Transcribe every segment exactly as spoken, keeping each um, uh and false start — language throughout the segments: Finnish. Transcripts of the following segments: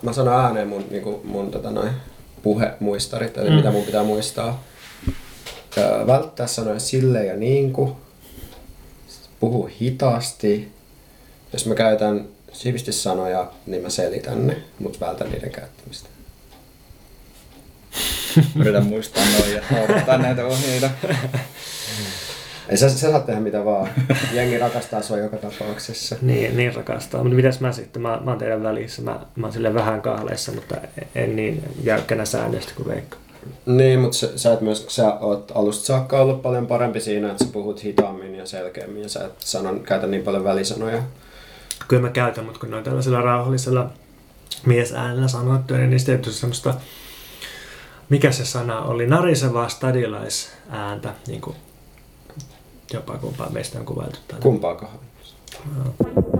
Mä sanon ääneen mun, niinku, mun tota, noin puhemuistarit, eli mm. mitä mun pitää muistaa. Öö, välttää sanoja sille ja niinku. Puhu hitaasti. Jos mä käytän sivistissanoja, niin mä selitän ne, mut vältän niiden käyttämistä. Yritän muistaa noin ja noudattaa näitä ohjeita. Ei sä, sä saat tehdä mitä vaan. Jengi rakastaa sua joka tapauksessa. Niin, niin rakastaa. Mutta mitäs mä sitten? Mä, mä oon teidän välissä. Mä, mä oon silleen vähän kahleissa, mutta en niin jäykkänä säännöistä kuin Veikka. Niin, mutta sä, sä, et myös, sä oot alusta saakka ollut paljon parempi siinä, että sä puhut hitaammin ja selkeämmin ja sä et sanon, käytä niin paljon välisanoja. Kyllä mä käytän, mutta kun ne on tällaisella rauhallisella miesäänellä sanottu, niin niistä ei tule semmoista, mikä se sana oli, narisevaa stadilaisääntä, niin kuin jopa kumpaa meistä on kuvailtu. Kumpaakohan? No.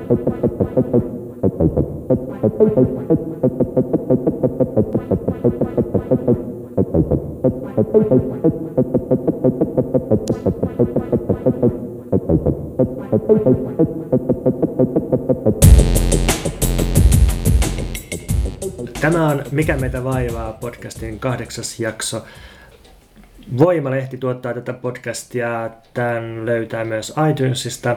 Tämä on Mikä meitä vaivaa podcastin kahdeksas jakso. Voimalehti tuottaa tätä podcastia. Tämän löytää myös iTunesista.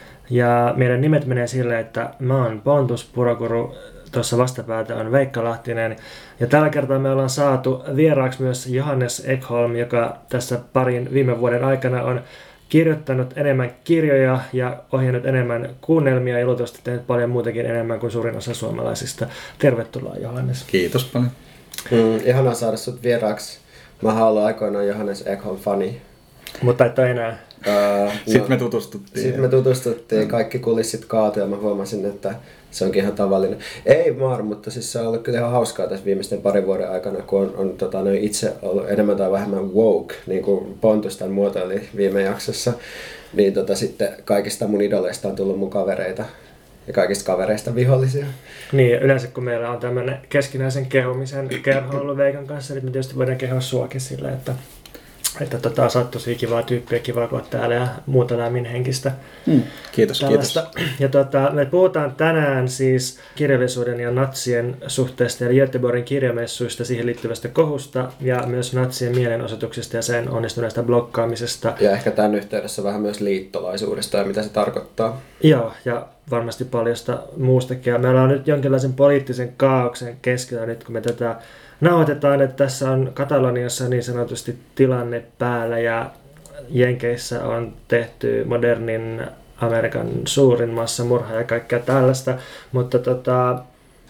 Ja meidän nimet menee silleen, että mä oon Pontus Purokuru, tuossa vastapäätä on Veikka Lahtinen. Ja tällä kertaa me ollaan saatu vieraaksi myös Johannes Ekholm, joka tässä parin viime vuoden aikana on kirjoittanut enemmän kirjoja ja ohjannut enemmän kuunnelmia ja luultavasti tehnyt paljon muutakin enemmän kuin suurin osa suomalaisista. Tervetuloa, Johannes. Kiitos paljon. Mm, ihanaa saada sut vieraaksi. Mä oon ollut aikoinaan Johannes Ekholm-fani. Mutta et ole enää. Uh, Sitten no, me tutustuttiin. Sitten me tutustuttiin, kaikki kulissit kaatui ja mä huomasin, että se onkin ihan tavallinen. Ei vaan, mutta siis se on ollut kyllä ihan hauskaa tässä viimeisten parin vuoden aikana, kun on, on tota, itse ollut enemmän tai vähemmän woke, niin kuin Pontus tämän muotoili viime jaksossa. Niin tota, sitten kaikista mun idoleista on tullut mun kavereita ja kaikista kavereista vihollisia. Niin, yleensä kun meillä on tämmöinen keskinäisen kehumisen kerho ollut Veikan kanssa, niin me tietysti voidaan kehua suakin silleen, että Että tota, sä oot tosi kivaa tyyppiä, kivaa kun oot täällä ja muuta lämmin henkistä. Mm, kiitos, tällaista. kiitos. Ja tota, me puhutaan tänään siis kirjallisuuden ja natsien suhteesta ja Göteborgin kirjamessuista, siihen liittyvästä kohusta ja myös natsien mielenosoituksista ja sen onnistuneesta blokkaamisesta. Ja ehkä tämän yhteydessä vähän myös liittolaisuudesta ja mitä se tarkoittaa. Joo, ja varmasti paljosta muustakin. Ja meillä on nyt jonkinlaisen poliittisen kaaoksen keskellä nyt, kun me tätä nauhoitetaan, että tässä on Kataloniassa niin sanotusti tilanne päällä ja Jenkeissä on tehty modernin Amerikan suurin massamurha ja kaikkea tällaista, mutta tota,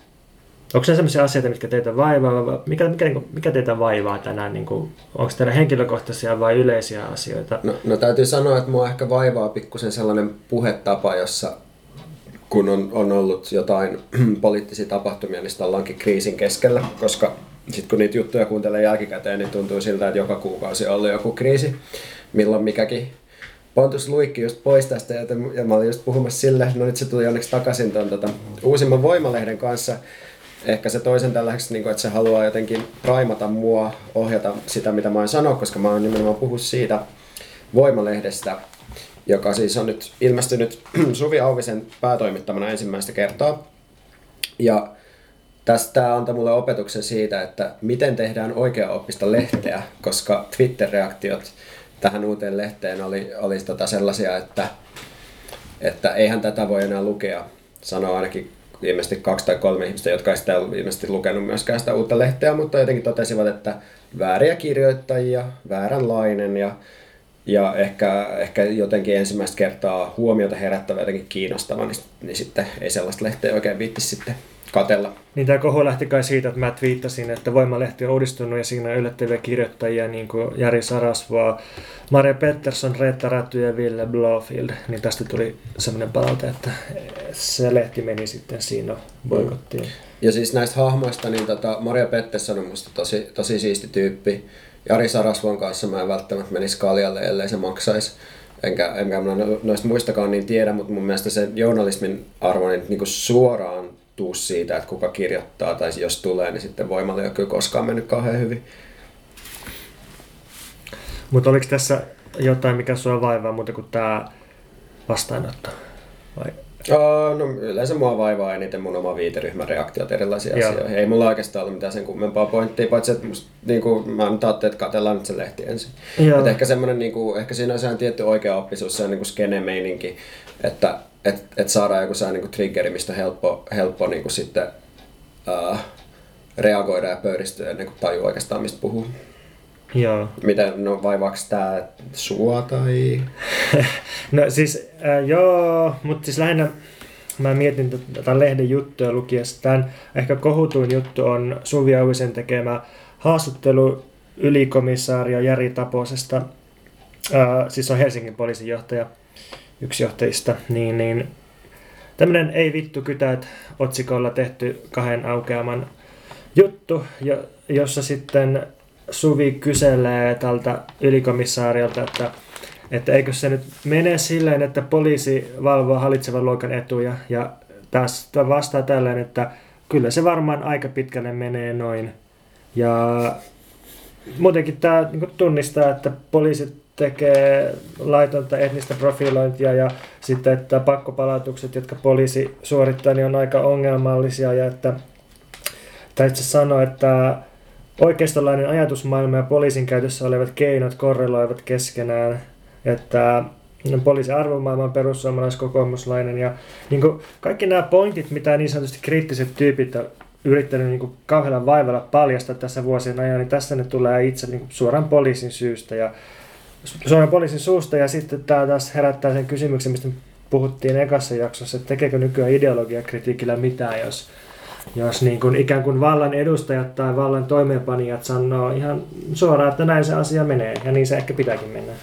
onko se sellaisia asioita, mitkä teitä vaivaa? Mikä, mikä, mikä teitä vaivaa tänään? Niin kuin, onko teillä henkilökohtaisia vai yleisiä asioita? No, no täytyy sanoa, että mua ehkä vaivaa pikkusen sellainen puhetapa, jossa kun on, on ollut jotain poliittisia tapahtumia, niin sitä ollaankin kriisin keskellä, koska sitten kun niitä juttuja kuuntelee jälkikäteen, niin tuntuu siltä, että joka kuukausi on ollut joku kriisi, milloin mikäkin. Pontus luikki just pois tästä, ja mä olin just puhumassa sille, no nyt se tuli onneksi takaisin ton tota, uusimman Voimalehden kanssa. Ehkä se toisen tällaiseksi, niin että se haluaa jotenkin raimata mua, ohjata sitä, mitä mä oon sanoa, koska mä oon nimenomaan puhunut siitä Voimalehdestä, joka siis on nyt ilmestynyt Suvi Auvisen päätoimittamana ensimmäistä kertaa. Ja tästä antaa mulle opetuksen siitä, että miten tehdään oikeaoppista lehteä, koska Twitter-reaktiot tähän uuteen lehteen oli, oli tota sellaisia, että, että eihän tätä voi enää lukea. Sanoo ainakin ilmeisesti kaksi tai kolme ihmistä, jotka ei sitä ollut ilmeisesti lukenut myöskään sitä uutta lehteä, mutta jotenkin totesivat, että vääriä kirjoittajia, vääränlainen ja, ja ehkä, ehkä jotenkin ensimmäistä kertaa huomiota herättävä, jotenkin kiinnostava, niin, niin sitten ei sellaista lehteä oikein viittisi sitten katella. Niin tämä kohu lähti kai siitä, että mä twiittasin, että Voimalehti on uudistunut ja siinä on yllättäviä kirjoittajia niin kuin Jari Sarasvuo, Maria Pettersson, Reetta Räty ja Ville Blofield. Niin tästä tuli semmoinen palaute, että se lehti meni sitten siinä boikottiin. Ja siis näistä hahmoista, niin tota, Maria Pettersson on musta tosi, tosi siisti tyyppi. Jari Sarasvuon kanssa mä en välttämättä menisi kaljalle, ellei se maksaisi. Enkä, enkä mä noista muistakaan niin tiedä, mutta mun mielestä se journalismin arvo niin, niin kuin suoraan tuu siitä, että kuka kirjoittaa, tai jos tulee, niin sitten Voimalle ei ole kyllä koskaan mennyt kauhean hyvin. Mutta oliko tässä jotain, mikä sua vaivaa muuta kuin tämä vastaanotto? Vai Uh, no yleensä mua vaivaa eniten mun oma viiteryhmän reaktiot erilaisiin Joo. asioihin. Ei mulla oikeastaan ollut mitään sen kummempaa pointtia, paitsi että musta, niinku, mä nyt ajattelin, että katsellaan nyt se lehti ensin. Et ehkä, semmonen, niinku, ehkä siinä on sehän tietty oikeaoppisuus, se on niinku skene-meininki, että et, et saadaan joku sehän niinku triggeri, mistä on helppo, helppo niinku sitten uh, reagoida ja pöyristyä ennen kuin tajuu oikeastaan mistä puhuu. Joo. Miten, no vaivaako tää sua tai? No siis äh, joo, mutta siis lähinnä mä mietin tätä lehden juttuja lukiessa. Tämän ehkä kohutuin juttu on Suvi Auvisen tekemä haastattelu ylikomissaario Jari Taposesta. Äh, siis on Helsingin poliisin johtaja, yksi johtajista. Niin, niin, tämmönen ei vittu kytät otsikolla tehty kahden aukeaman juttu, jo, jossa sitten Suvi kyselee tältä ylikomissaariolta, että, että eikö se nyt mene silleen, että poliisi valvoo hallitsevan luokan etuja. Ja tästä vastaa tällainen, että kyllä se varmaan aika pitkälle menee noin. Ja muutenkin tämä niin tunnistaa, että poliisi tekee laitonta etnistä profilointia ja sitten, että pakkopalautukset, jotka poliisi suorittaa, niin on aika ongelmallisia. Ja että, tai itse sanoo, että oikeistolainen ajatusmaailma ja poliisin käytössä olevat keinot korreloivat keskenään, että poliisin arvomaailma on perussuomalaiskokoomuslainen ja niin kuin kaikki nämä pointit, mitä niin sanotusti kriittiset tyypit on yrittänyt niin kuin kauhealla vaivalla paljastaa tässä vuosien ajan, niin tässä ne tulee itse niin kuin suoraan poliisin syystä ja suoraan poliisin suusta ja sitten tämä taas herättää sen kysymyksen, mistä puhuttiin ekassa jaksossa, että tekeekö nykyään ideologiakritiikillä mitään, jos Jos niin kuin ikään kuin vallan edustajat tai vallan toimeenpanijat sanoo ihan suoraan, että näin se asia menee, ja niin se ehkä pitääkin mennä.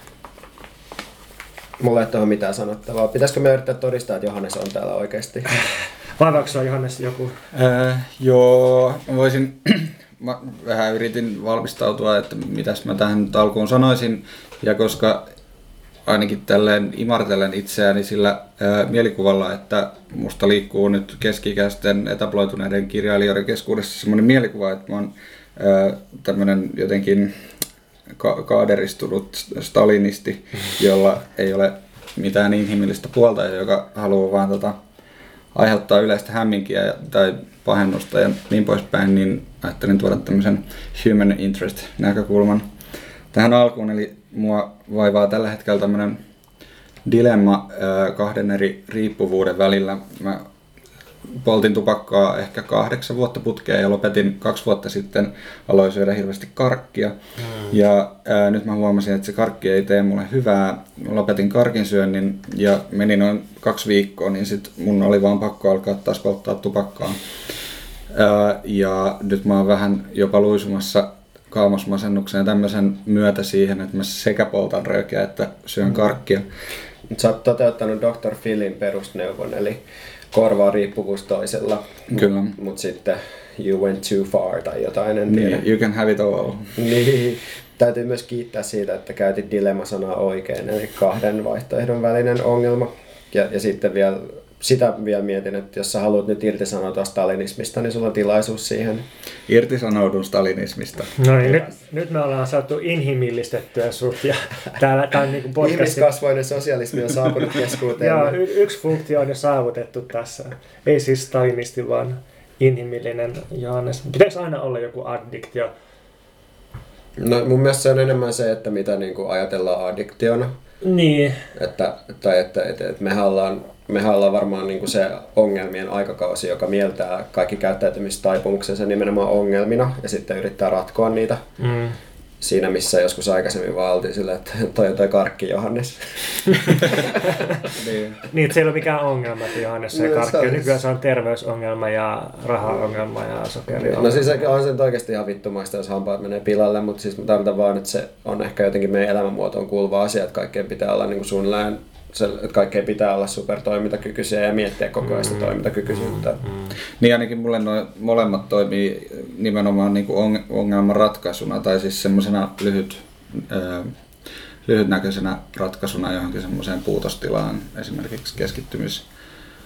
Mulla ei ole mitään sanottavaa. Pitäisikö me yrittää todistaa, että Johannes on täällä oikeasti? Vaivaako sinua, Johannes, joku? Äh, joo, mä voisin, mä vähän yritin valmistautua, että mitäs mä tähän nyt alkuun sanoisin, ja koska ainakin tälleen imartelen itseäni sillä ää, mielikuvalla, että musta liikkuu nyt keski-ikäisten etabloituneiden kirjailijoiden keskuudessa semmoinen mielikuva, että mä oon ää, tämmönen jotenkin ka- kaaderistunut stalinisti, jolla ei ole mitään inhimillistä puolta ja joka haluaa vaan tota, aiheuttaa yleistä hämminkiä tai pahennusta ja niin poispäin, niin ajattelin tuoda tämmöisen human interest näkökulman tähän alkuun, eli mua vaivaa tällä hetkellä tämmöinen dilemma ää, kahden eri riippuvuuden välillä. Mä poltin tupakkaa ehkä kahdeksan vuotta putkeen ja lopetin kaksi vuotta sitten, aloin syödä hirveästi karkkia. Mm. Ja ää, nyt mä huomasin, että se karkki ei tee mulle hyvää. Lopetin karkin syönnin ja meni noin kaksi viikkoa, niin sit mun oli vaan pakko alkaa taas polttaa tupakkaa. Ää, ja nyt mä oon vähän jopa luisumassa kaamosmasennuksen ja tämmöisen myötä siihen, että mä sekä poltan röökiä että syön karkkia. Sä oot toteuttanut doktor Philin perusneuvon, eli korvaa riippuvuus toisella. Kyllä. Mutta sitten you went too far tai jotain, en tiedä. Niin, you can have it all. Niin. Täytyy myös kiittää siitä, että käytit dilemma-sanaa oikein, eli kahden vaihtoehdon välinen ongelma. Ja, ja sitten vielä, sitä vielä mietin, että jos sä haluat nyt irtisanoutua stalinismista, niin sulla on tilaisuus siihen. Irtisanoudun stalinismista. No niin, nyt, nyt me ollaan saatu inhimillistettyä sut ja täällä tää on niinku podcastin. Ihmiskasvoinen sosialismi on saapunut keskuuteen. Joo, y- yksi funktio on jo saavutettu tässä. Ei siis stalinisti, vaan inhimillinen Johannes. Pitäisi aina olla joku addiktio? No mun mielestä se on enemmän se, että mitä niin kuin ajatellaan addiktiona. Niin. Että, tai että, että, että mehän ollaan, mehän ollaan varmaan niin kuin se ongelmien aikakausi, joka mieltää kaikki käyttäytymistaipumuksensa nimenomaan ongelmina ja sitten yrittää ratkoa niitä. Mm. Siinä missä joskus aikaisemmin vaan oltiin sillä, että toi on toi karkki Johannes. niin. niin, että se ei ole mikään ongelma, että Johannes se karkki. No, nykyään se on terveysongelma ja rahaongelma ja sokeriongelma. No siis on se oikeasti ihan vittumaista, jos hampaat menee pilalle, mutta siis mä tarvitaan vaan, että se on ehkä jotenkin meidän elämänmuotoon kuuluva asia, että kaikkeen pitää olla niin kuin suunnilleen, että kaikkeen pitää olla supertoimintakykyisiä ja miettiä koko ajan sitä toimintakykyisyyttä. Mm. Niin ainakin mulle nuo molemmat toimii nimenomaan niin kuin ongelman ratkaisuna tai siis semmoisena lyhyt, äh, lyhytnäköisenä ratkaisuna johonkin semmoiseen puutostilaan, esimerkiksi keskittymis,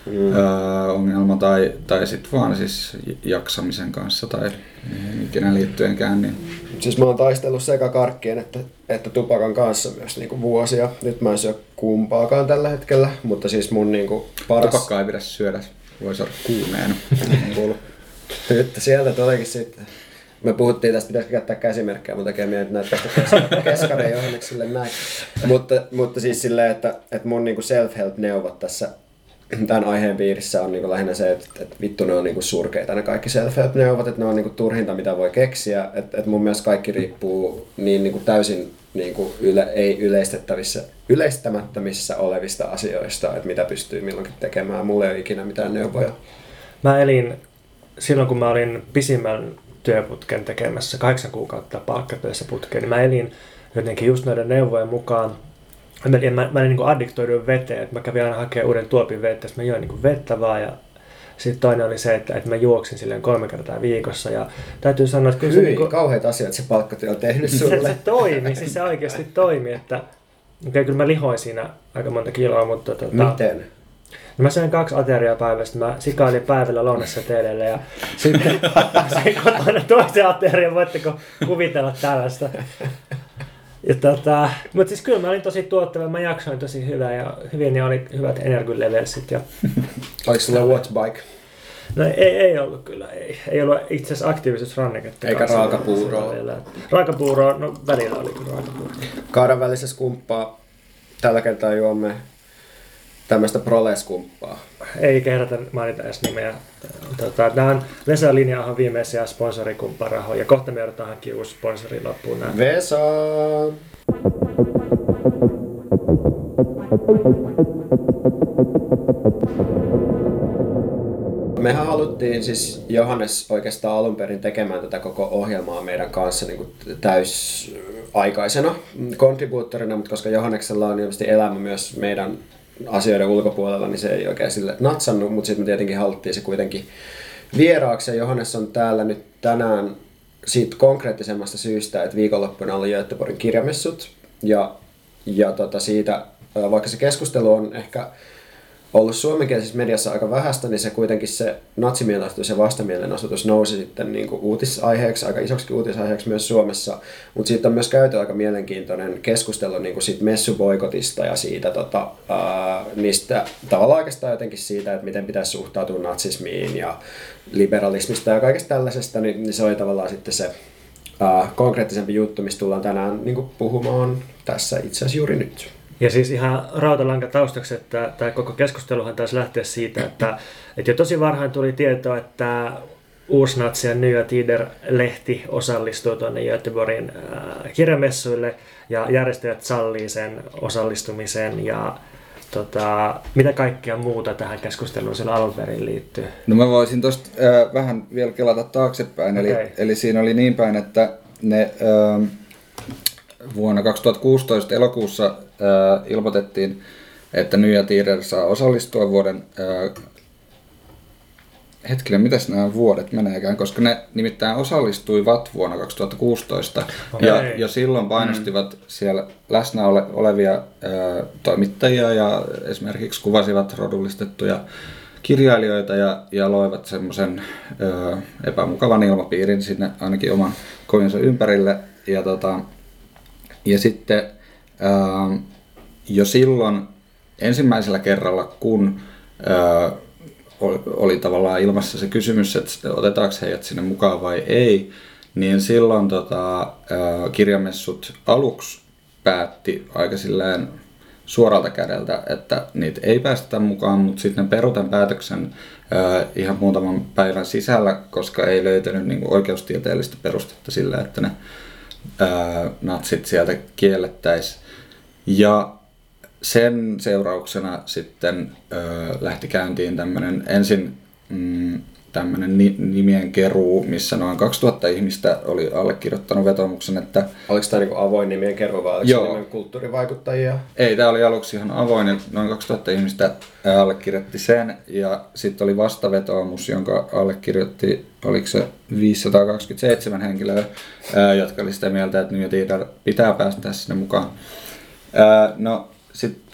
mm. öö, ongelma tai, tai sitten vaan siis jaksamisen kanssa tai ikinä liittyenkään. Niin. Siis mä oon taistellut sekä karkkien että, että tupakan kanssa myös niinku vuosia. Nyt mä en syö kumpaakaan tällä hetkellä, mutta siis mun niinku paras... Tupakkaa ei pidä syödä, voi saada kuumeena. Nyt sieltä tulikin sitten. Me puhuttiin tästä, pitäisikö käyttää käsimerkkejä, mun tekee mieltä näyttää sitä keskanen johonneksille näin. Mutta, mutta siis silleen, että, että mun niinku self-help-neuvot tässä tämän aiheen piirissä on niinku lähinnä se, että, että vittu ne on niinku surkeita ne kaikki self-help-neuvot, että ne on niinku turhinta mitä voi keksiä. Että, että mun mielestä kaikki riippuu niin niinku täysin niinku yle, ei yleistettävissä, yleistämättömissä olevista asioista, että mitä pystyy milloinkin tekemään. Mulla ei ole ikinä mitään neuvoja. Mä elin silloin, kun mä olin pisimmän työputken tekemässä kahdeksan kuukautta palkkatyössä putkeen, niin mä elin jotenkin just noiden neuvojen mukaan. Mä, mä, mä niin addiktoiduin veteen, että mä kävin aina hakemaan uuden tuopin vettä, mä join niin vettä vaan ja sitten toinen oli se, että, että mä juoksin silleen kolme kertaa viikossa ja täytyy sanoa, että kyllä Hyi, se niin kuin, kauheita asioita se palkkatyö on tehnyt sulle. Se, se toimi, siis se oikeasti toimi, että okay, kyllä mä lihoin siinä aika monta kiloa, mutta tota, miten? No mä söin kaksi ateriaa päivästä. Mä sikailin päivällä lounassa teidelle ja sitten söin kotona toisen aterian. Voitteko kuvitella tällaista? Ja tota, mutta siis kyllä mä olin tosi tuottava. Mä jaksoin tosi hyvää ja hyvin ja oli hyvät energy levelsit. Ja... Oliko sulla wattbike? No ei, ei ollut kyllä. Ei, ei ollut itse asiassa aktiivisuusranneketta. Eikä raakapuuroa? Raakapuuroa, no välillä oli kyllä raakapuuroa. Kaaran välisessä kumppaa. Tällä kertaa juomme tämmöistä proleskumppaa. Ei kehdata mainita edes nimeä. Tota, nämä on Vesa Linjahan viimeisiä sponsorikumpparahoja ja kohta me joudutaan hankkia uusi sponsori loppuun. Nämä. Vesa! Mehän haluttiin siis Johannes oikeastaan alun perin tekemään tätä koko ohjelmaa meidän kanssa niin kuin täysaikaisena kontribuuttorina, mutta koska Johanneksella on ilmeisesti elämä myös meidän asioiden ulkopuolella, niin se ei oikein sille natsannut, mutta sitten me tietenkin haluttiin se kuitenkin vieraaksi. Ja Johannes on täällä nyt tänään siitä konkreettisemmasta syystä, että viikonloppuna oli Göteborgin kirjamessut. Ja, ja tota siitä, vaikka se keskustelu on ehkä ollut suomenkielisessä mediassa aika vähäistä, niin se kuitenkin se natsimielenosoitus ja vastamielenosoitus nousi sitten niin kuin uutisaiheeksi, aika isoksi uutisaiheeksi myös Suomessa. Mutta siitä on myös käyty aika mielenkiintoinen keskustelu niin kuin siitä messuboikotista ja siitä, tota, ää, niistä, tavallaan oikeastaan jotenkin siitä, että miten pitäisi suhtautua natsismiin ja liberalismista ja kaikesta tällaisesta, niin, niin se oli tavallaan sitten se ää, konkreettisempi juttu, mistä tullaan tänään niin kuin puhumaan tässä itse asiassa juuri nyt. Ja siis ihan rautalanka taustaksi, että tämä koko keskusteluhan taisi lähteä siitä, että, että jo tosi varhain tuli tietoa, että Uusnatsi ja Nya Tider-lehti osallistuu tuonne Göteborgin äh, kirjamessuille ja järjestäjät sallii sen osallistumisen ja tota, mitä kaikkea muuta tähän keskusteluun sillä alun perin liittyy. No mä voisin tuosta äh, vähän vielä kelata taaksepäin, eli, okay. eli siinä oli niin päin, että ne... Äh, Vuonna kaksituhattakuusitoista elokuussa äh, ilmoitettiin, että Nya Tider saa osallistua vuoden... Äh, hetkinen, mitäs nämä vuodet meneekään, koska ne nimittäin osallistuivat vuonna kaksituhattakuusitoista. Okay. Ja jo silloin painostivat mm. siellä läsnä ole, olevia äh, toimittajia ja esimerkiksi kuvasivat rodullistettuja kirjailijoita ja, ja loivat semmoisen äh, epämukavan ilmapiirin sinne ainakin oman kovinsa ympärille. Ja tota... Ja sitten ää, jo silloin ensimmäisellä kerralla, kun ää, oli tavallaan ilmassa se kysymys, että otetaanko heidät sinne mukaan vai ei, niin silloin tota, ää, kirjamessut aluksi päätti aika silleen suoralta kädeltä, että niitä ei päästetä mukaan, mutta sitten ne peru tämän päätöksen ää, ihan muutaman päivän sisällä, koska ei löytänyt niinku oikeustieteellistä perustetta sillä, että ne Ää, natsit sieltä kiellettäisiin. Ja sen seurauksena sitten ää, lähti käyntiin tämmöinen ensin mm, tämmöinen ni- nimien keruu, missä noin kaksituhatta ihmistä oli allekirjoittanut vetomuksen, että... Oliko tämä niin avoin nimien keruu vai oliko nimen kulttuurivaikuttajia? Ei, tämä oli aluksi ihan avoin ja noin kaksituhatta ihmistä allekirjoitti sen ja sitten oli vastavetoomus, jonka allekirjoitti, oliko se viisisataakaksikymmentäseitsemän henkilöä, ää, jotka oli sitä mieltä, että Nya Tider pitää päästä sinne mukaan. Ää, no sitten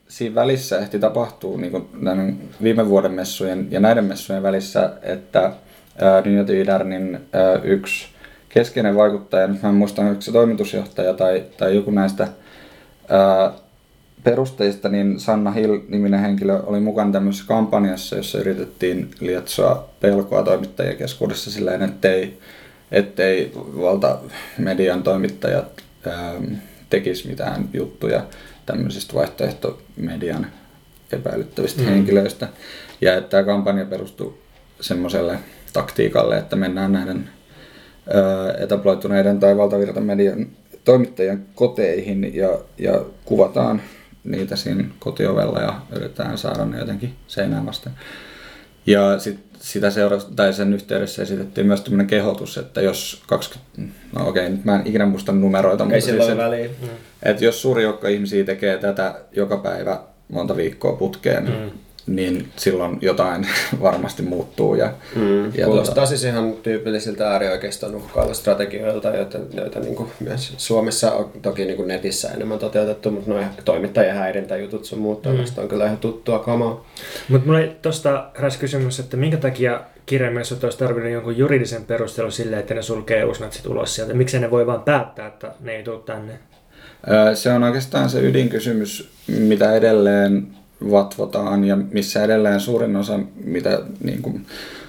siinä välissä ehti tapahtua niin kuin näiden viime vuoden messujen ja näiden messujen välissä, että Nya Tidernin yksi keskeinen vaikuttaja, nyt mä en muista, onko se toimitusjohtaja tai, tai joku näistä ää, perustajista, niin Sanna Hill-niminen henkilö oli mukana tämmöisessä kampanjassa, jossa yritettiin lietsoa pelkoa toimittajien keskuudessa silleen, ettei, ettei valtamedian toimittajat ää, tekisi mitään juttuja tämmöisistä vaihtoehtomedian epäilyttävistä mm. henkilöistä. Ja että tämä kampanja perustui semmoiselle taktiikalle, että mennään näiden ää, etabloituneiden tai valtavirtamedian toimittajien koteihin ja, ja kuvataan niitä siinä kotiovella ja yritetään saada ne jotenkin seinään vasten. Ja sit, sitä seurasi, tai sen yhteydessä esitettiin myös tämmöinen kehotus, että jos kaksikymmentä, no okei, nyt mä en ikinä muista numeroita, mutta siis, että, että jos suuri joukko ihmisiä tekee tätä joka päivä monta viikkoa putkeen, mm. niin silloin jotain varmasti muuttuu. Ja, mm. ja kuulostaa tuota, siis ihan tyypillisiltä äärioikeiston uhkailla strategioilta, joita, joita niin kuin myös Suomessa on toki niin kuin netissä enemmän toteutettu, mutta nuo toimittajien häirintäjutut sun muut mm. on kyllä ihan tuttua kamaa. Mutta mulla tuosta heräsi kysymys, että minkä takia kirjamessut olisi tarvinnut jonkun juridisen perustelun silleen, että ne sulkee uusnatsit ulos sieltä? Miksei ne voi vaan päättää, että ne ei tule tänne? Se on oikeastaan se ydinkysymys, mitä edelleen vatvotaan ja missä edelleen suurin osa, mitä niin kuin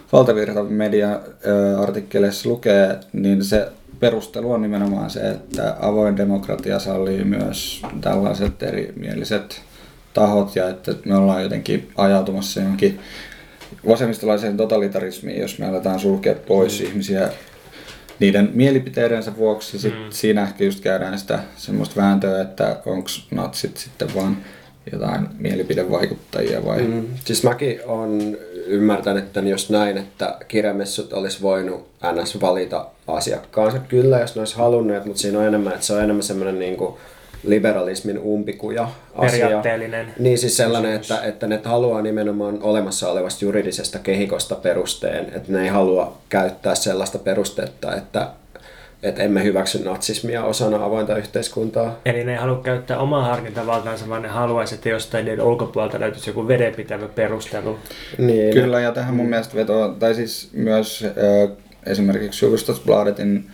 valtavirtamedia-artikkeleissa lukee, niin se perustelu on nimenomaan se, että avoin demokratia sallii myös tällaiset erimieliset tahot ja että me ollaan jotenkin ajautumassa johonkin vasemmistolaiseen totalitarismiin, jos me aletaan sulkea pois mm. ihmisiä niiden mielipiteidensä vuoksi. Sit mm. Siinä ehkä just käydään sitä semmoista vääntöä, että onko natsit sitten vaan jotain mielipidevaikuttajia vai? Mm. Siis mäkin olen ymmärtänyt, että jos näin, että kirjamessut olisi voinut ns. Valita asiakkaansa kyllä, jos ne olisi halunneet, mutta siinä on enemmän, että se on enemmän semmoinen niin kuin liberalismin umpikuja asia. Periaatteellinen. Niin siis sellainen, että, että ne haluaa nimenomaan olemassa olevasta juridisesta kehikosta perusteen, että ne ei halua käyttää sellaista perustetta, että että emme hyväksy natsismia osana avointa yhteiskuntaa. Eli ne ei halua käyttää omaa harkintavaltaansa, vaan ne haluaisi, että jostain niiden ulkopuolelta löytyisi joku vedenpitävä perustelu. Niin. Kyllä, ja tähän mun mielestä vetoo, tai siis myös äh, esimerkiksi Hufvudstadsbladetin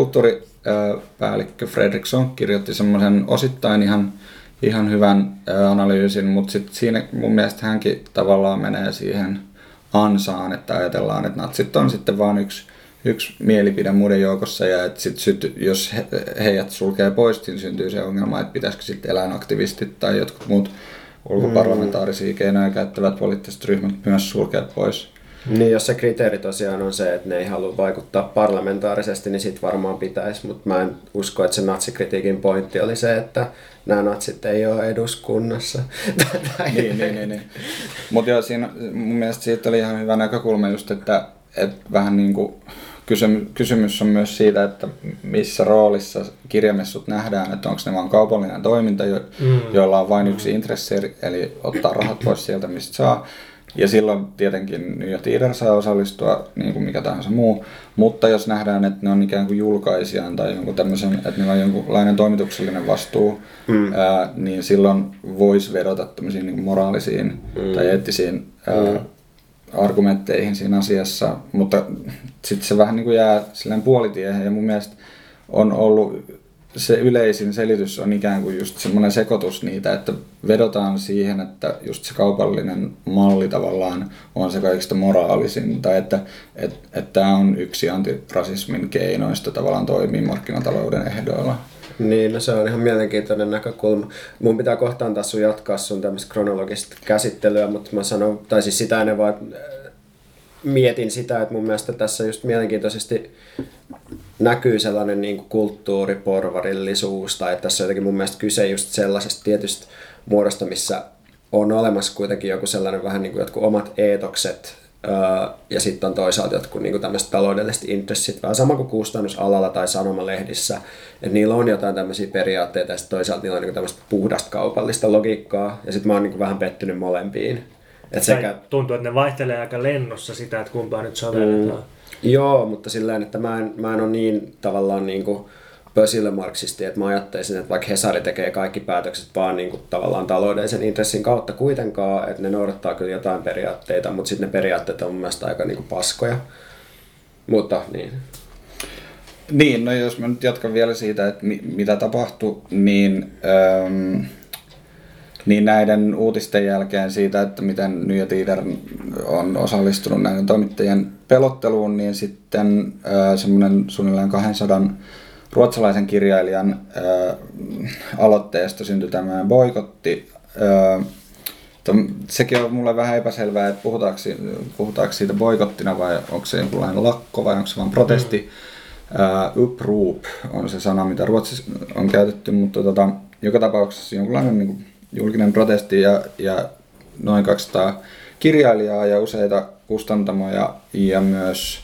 kulttuuripäällikkö Fredrik Sonck kirjoitti semmoisen osittain ihan, ihan hyvän äh, analyysin, mutta sitten siinä mun mielestä hänkin tavallaan menee siihen ansaan, että ajatellaan, että natsit on sitten vaan yksi yksi mielipide muiden joukossa ja että sit syty, jos he, heidät sulkee pois, niin syntyy se ongelma, että pitäisikö sitten eläinaktivistit tai jotkut muut ulkoparlamentaarisia keinoja käyttävät poliittiset ryhmät myös sulkea pois. Niin, jos se kriteeri tosiaan on se, että ne ei halua vaikuttaa parlamentaarisesti, niin sit varmaan pitäisi, mutta mä en usko, että se natsikritiikin pointti oli se, että nämä natsit ei ole eduskunnassa. niin, niin, niin, niin. Mutta joo, siinä mun mielestä siitä oli ihan hyvä näkökulma just, että, että vähän niin kuin kysymys on myös siitä, että missä roolissa kirjamessut nähdään, että onko ne vain kaupallinen toiminta, jo, mm. jolla on vain yksi intressi, eli ottaa rahat pois sieltä, mistä saa. Ja silloin tietenkin Nya Tider saa osallistua, niin kuin mikä tahansa muu. Mutta jos nähdään, että ne on ikään kuin julkaisijan tai jonkun tämmöisen, että niillä on jonkunlainen toimituksellinen vastuu, mm. ää, niin silloin voisi vedota tämmöisiin niin kuin moraalisiin mm. tai eettisiin ää, mm. argumentteihin siinä asiassa, mutta sitten se vähän niin kuin jää silleen puolitiehen ja mun mielestä on ollut se yleisin selitys on ikään kuin just semmoinen sekoitus niitä, että vedotaan siihen, että just se kaupallinen malli tavallaan on se kaikista moraalisin tai että et, et tämä on yksi antirasismin keinoista tavallaan toimii markkinatalouden ehdoilla. Niin, no se on ihan mielenkiintoinen näkökulma. Mun pitää kohta antaa sun jatkaa sun tämmöistä kronologista käsittelyä, mutta mä sanon, tai siis sitä ennen vaan mietin sitä, että mun mielestä tässä just mielenkiintoisesti näkyy sellainen niin kuin kulttuuriporvarillisuus, tai että tässä on jotenkin mun mielestä kyse just sellaisesta tietystä muodosta, missä on olemassa kuitenkin joku sellainen vähän niin kuin jotkut omat eetokset, ja sitten on toisaalta jotkut niin kuin tämmöiset taloudelliset intressit, vähän sama kuin kustannusalalla tai sanomalehdissä, että niillä on jotain tämmöisiä periaatteita, ja sitten toisaalta niillä on niin kuin tämmöistä puhdasta kaupallista logiikkaa, ja sitten mä oon niin kuin vähän pettynyt molempiin. Et sekä tuntuu, että ne vaihtelee aika lennossa sitä, että kumpaa nyt sovelletaan. Mm. Joo, mutta silleen, että mä en, mä en ole niin tavallaan niin kuin pösilömarksisti, että mä ajattelisin, että vaikka Hesari tekee kaikki päätökset vaan niin kuin tavallaan taloudellisen intressin kautta kuitenkaan, että ne noudattaa kyllä jotain periaatteita, mutta sitten ne periaatteet on mun mielestä aika niin kuin paskoja. Mutta niin. Niin, no jos mä nyt jatkan vielä siitä, että mi- mitä tapahtui, niin, ähm, niin näiden uutisten jälkeen siitä, että miten New Tider on osallistunut näiden toimittajien pelotteluun, niin sitten äh, semmoinen suunnilleen kaksisataa ruotsalaisen kirjailijan äh, aloitteesta syntyi tämmöinen boikotti. Äh, Sekin on mulle vähän epäselvää, että puhutaanko, puhutaanko siitä boikottina vai onko se jonkunlainen lakko vai onko se vaan protesti. Mm. Uh, upproop on se sana, mitä Ruotsissa on käytetty, mutta tota, joka tapauksessa jonkunlainen niin kuin julkinen protesti ja, ja noin kaksisataa kirjailijaa ja useita kustantamoja ja myös,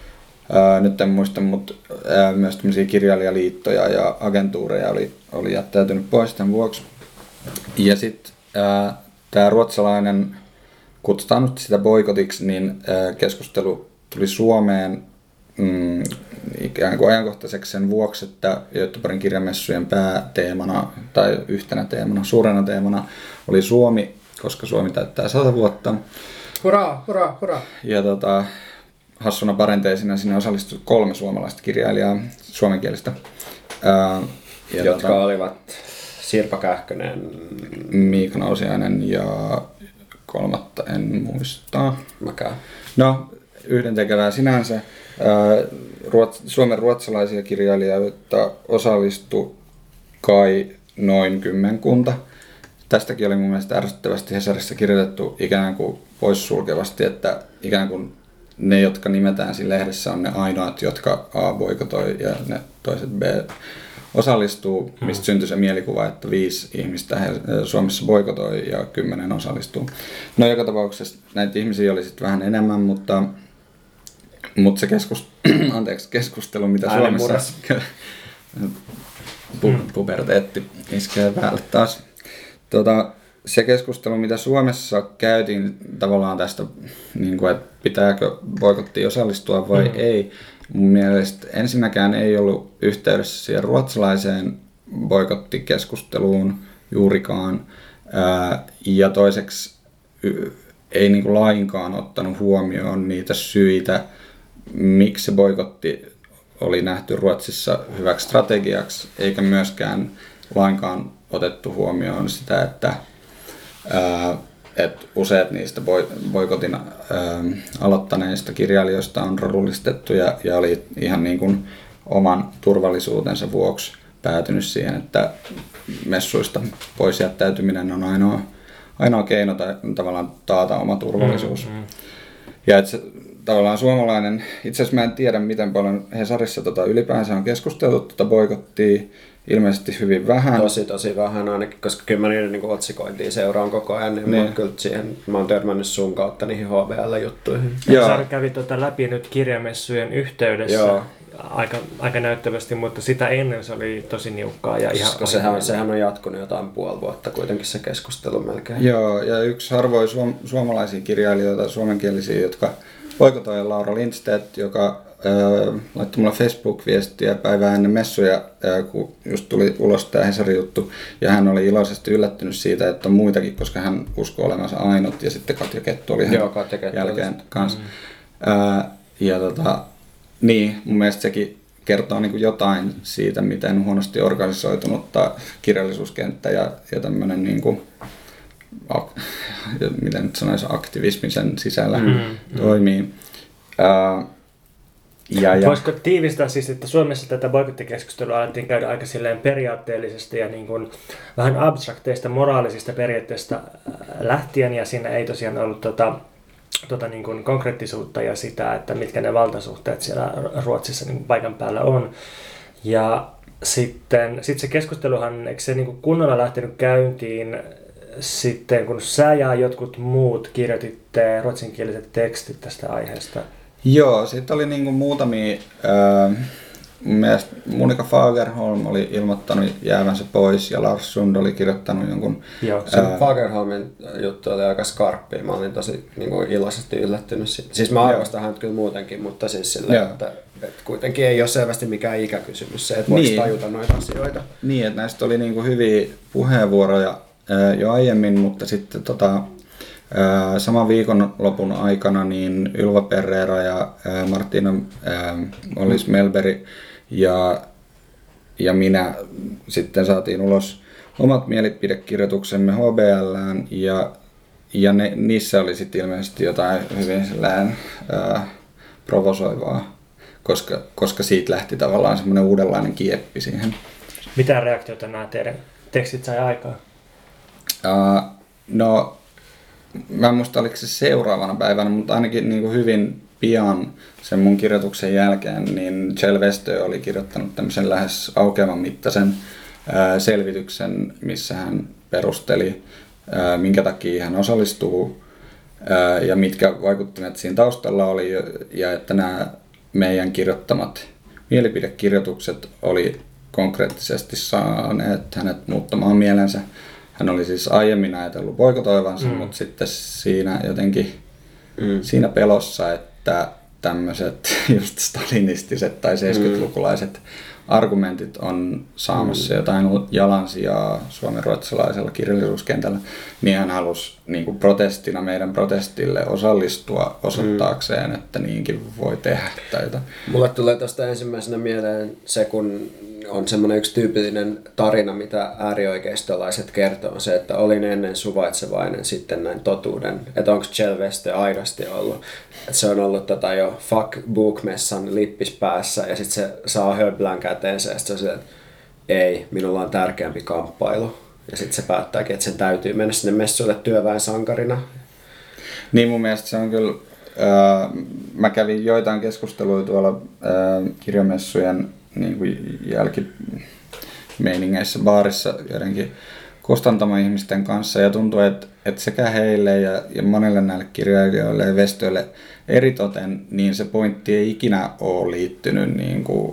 uh, nyt en muista, mutta uh, myös tämmöisiä kirjailijaliittoja ja agentuureja oli, oli jättäytynyt pois tämän vuoksi. Ja sitten uh, tämä ruotsalainen, kutsutaan nyt sitä boikotiksi, niin uh, keskustelu tuli Suomeen mm, ikään kuin ajankohtaiseksi sen vuoksi, että Göteborgin kirjamessujen pääteemana tai yhtenä teemana, suurena teemana oli Suomi, koska Suomi täyttää sata vuotta. Hurraa, hurraa, hurraa! Ja tota, hassuna parenteisina sinne osallistui kolme suomalaista kirjailijaa suomenkielistä. Ää, ja jotka tota, olivat Sirpa Kähkönen, Miika Nousiainen ja kolmatta en muista. Mäkään. No, yhdentekevää sinänsä. Ruots- Suomen ruotsalaisia kirjailijoita osallistui kai noin kymmenkunta. Tästäkin oli mun mielestä ärsyttävästi Hesarissa kirjoitettu ikään kuin poissulkevasti, että ikään kuin ne, jotka nimetään siinä lehdessä, on ne ainoat, jotka A boikotoi ja ne toiset B osallistuu, mistä syntyi se mielikuva, että viisi ihmistä Suomessa boikotoi ja kymmenen osallistuu. No joka tapauksessa näitä ihmisiä oli sitten vähän enemmän, mutta Mutta se keskus, anteeksi, keskustelu, mitä Äänen Suomessa... Pu, puberteetti iskee päälle taas. Tota, se keskustelu, mitä Suomessa käytiin tavallaan tästä, niin kuin, että pitääkö boikottiin osallistua vai mm. ei. Mun mielestä ensinnäkään ei ollut yhteydessä siihen ruotsalaiseen boikottikeskusteluun juurikaan. Ää, ja toiseksi y- ei niin kuin lainkaan ottanut huomioon niitä syitä, miksi se boikotti oli nähty Ruotsissa hyväksi strategiaksi, eikä myöskään lainkaan otettu huomioon sitä, että, ää, että useat niistä boikotin ää, aloittaneista kirjailijoista on rodullistettu ja, ja oli ihan niin kuin oman turvallisuutensa vuoksi päätynyt siihen, että messuista pois jättäytyminen on ainoa, ainoa keino tai, tavallaan taata oma turvallisuus. Mm-hmm. Ja että se, tavallaan suomalainen, itse asiassa mä en tiedä miten paljon Hesarissa tota ylipäänsä on keskusteltu tota boikottia, ilmeisesti hyvin vähän. Tosi tosi vähän ainakin, koska kyllä mä niiden niin otsikointia seuraan koko ajan, niin, niin. Mä, kyllä siihen, mä oon törmännyt sun kautta niihin H B L-juttuihin. Hesari kävi tota läpi nyt kirjamessujen yhteydessä. Joo. Aika, aika näyttävästi, mutta sitä ennen se oli tosi niukkaa. Ja ihan koska sehän, sehän on jatkunut jotain puoli vuotta kuitenkin se keskustelu melkein. Joo, ja yksi harvoin suom- suomalaisia kirjailijoita, suomenkielisiä, jotka boikotoi Laura Lindstedt, joka äh, laittoi mulle Facebook-viestiä päivää ennen messuja, äh, kun just tuli ulos tämä Hesari-juttu. Ja hän oli iloisesti yllättynyt siitä, että on muitakin, koska hän uskoi olevansa ainut. Ja sitten Katja Kettu oli Joo, Katja Kettu jälkeen kanssa. Mm. Äh, ja tota, niin, mun mielestä sekin kertoo niin kuin jotain siitä, miten huonosti organisoitunutta kirjallisuuskenttä ja, ja tämmöinen niin kuin, ak- miten nyt sanoisi, aktivismi sen sisällä mm-hmm. toimii. Uh, ja, ja. Voisiko tiivistää siis, että Suomessa tätä boikottikeskustelua alettiin käydä aika silleen periaatteellisesti ja niin kuin vähän abstrakteista moraalisista periaatteista lähtien, ja siinä ei tosiaan ollut tota, tota niin kuin konkreettisuutta ja sitä, että mitkä ne valtasuhteet siellä Ruotsissa niin paikan päällä on. Ja sitten sit se keskusteluhan, eikö se niin kuin kunnolla lähtenyt käyntiin sitten, kun sä ja jotkut muut kirjoititte ruotsinkieliset tekstit tästä aiheesta? Joo, sitten oli niin kuin muutamia äh, mun mielestä Monika Fagerholm oli ilmoittanut jäävänsä pois ja Lars Sund oli kirjoittanut jonkun... Joo, se ää... Fagerholmin juttu oli aika skarppi. Mä olin tosi niin kuin iloisesti yllättynyt siitä. Siis mä arvostan häntä kyllä muutenkin, mutta siis sillä, että, että kuitenkin ei ole selvästi mikään ikäkysymys se, että voisi niin. tajuta noita asioita. Niin, että näistä oli niin kuin hyviä puheenvuoroja ää, jo aiemmin, mutta sitten tota... Saman viikonlopun aikana niin Ylva Pereira ja ää, Martina ää, Mollis Melberg ja, ja minä sitten saatiin ulos omat mielipidekirjoituksemme H B L:ään ja, ja ne, niissä oli sitten ilmeisesti jotain hyvin sellainen, ää, provosoivaa, koska, koska siitä lähti tavallaan semmoinen uudenlainen kieppi siihen. Mitä reaktioita nämä teidän tekstit sai aikaan? Ää, no... Mä en muista oliko se seuraavana päivänä, mutta ainakin niin kuin hyvin pian sen mun kirjoituksen jälkeen, niin Kjell Westö oli kirjoittanut tämmöisen lähes aukeaman mittaisen ää, selvityksen, missä hän perusteli, ää, minkä takia hän osallistuu ää, ja mitkä vaikuttimet siinä taustalla oli, ja että nämä meidän kirjoittamat mielipidekirjoitukset oli konkreettisesti saaneet hänet muuttamaan mielensä. Hän oli siis aiemmin ajatellut boikotoivansa, mm. mutta sitten siinä jotenkin mm. siinä pelossa, että tämmöiset just stalinistiset tai seitsemänkymmentälukulaiset mm. argumentit on saamassa mm. jotain jalansijaa suomenruotsalaisella kirjallisuuskentällä, niin hän halusi niin kuin protestina meidän protestille osallistua osoittaakseen, mm. että niinkin voi tehdä. Tai jotain. Mulle tulee tuosta ensimmäisenä mieleen se, kun on semmoinen yksi tyypillinen tarina, mitä äärioikeistolaiset kertoo, on se, että olin ennen suvaitsevainen, sitten näin totuuden. Että onko Kjell Westö aidosti ollut. Että se on ollut tota jo fuck book-messan lippis päässä ja sitten se saa höblän käteensä ja sitten se on se, että ei, minulla on tärkeämpi kamppailu. Ja sitten se päättääkin, että sen täytyy mennä sinne messuille työväen sankarina. Niin mun mielestä se on kyllä, äh, mä kävin joitain keskusteluja tuolla äh, kirjamessujen niin kuin jälkimeiningeissä baarissa jotenkin kustantamo-ihmisten kanssa ja tuntuu, että, että sekä heille ja, ja monelle näille kirjailijoille ja Westöille eritoten, niin se pointti ei ikinä ole liittynyt niin kuin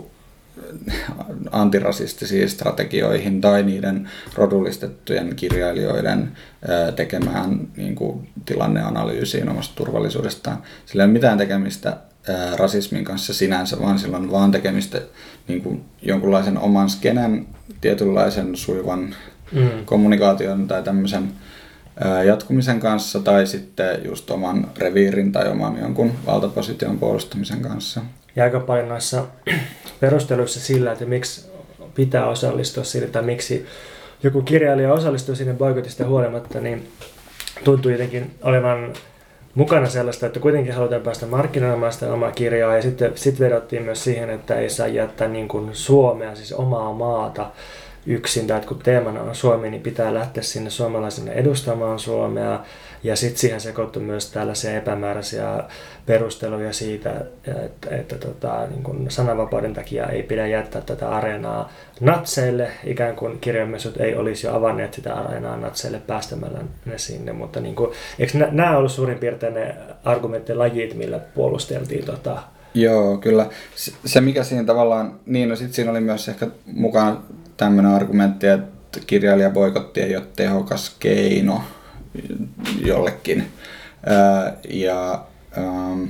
antirasistisiin strategioihin tai niiden rodullistettujen kirjailijoiden ää, tekemään niin kuin tilanneanalyysiin omasta turvallisuudestaan. Sillä ei ole mitään tekemistä ää, rasismin kanssa sinänsä, vaan sillä on vaan tekemistä niin kuin jonkunlaisen oman skenen, tietynlaisen sujuvan mm. kommunikaation tai tämmöisen ää, jatkumisen kanssa tai sitten just oman reviirin tai oman jonkun valtaposition puolustamisen kanssa. Ja aika paljon noissa perusteluissa sillä, että miksi pitää osallistua siihen tai miksi joku kirjailija osallistuu sinne boikotista huolimatta, niin tuntuu jotenkin olevan mukana sellaista, että kuitenkin halutaan päästä markkinoimaan sitä omaa kirjaa ja sitten sit vedottiin myös siihen, että ei saa jättää niin kuin Suomea, siis omaa maata yksin, tai että kun teemana on Suomi, niin pitää lähteä sinne suomalaisena edustamaan Suomea. Ja sitten siihen sekoittui myös tällaisia epämääräisiä perusteluja siitä, että, että, että tota, niin kun sananvapauden takia ei pidä jättää tätä areenaa natseille, ikään kuin kirjamessut ei olisi jo avanneet sitä areenaa natseille päästämällä ne sinne. Mutta niin kun, eikö nämä ollut suurin piirtein ne argumenttilajit, millä puolusteltiin tota? Joo, kyllä. Se mikä siinä tavallaan, niin no sitten siinä oli myös ehkä mukana tämmöinen argumentti, että kirjailijaboikotti ei ole tehokas keino jollekin. Ää, ja ähm,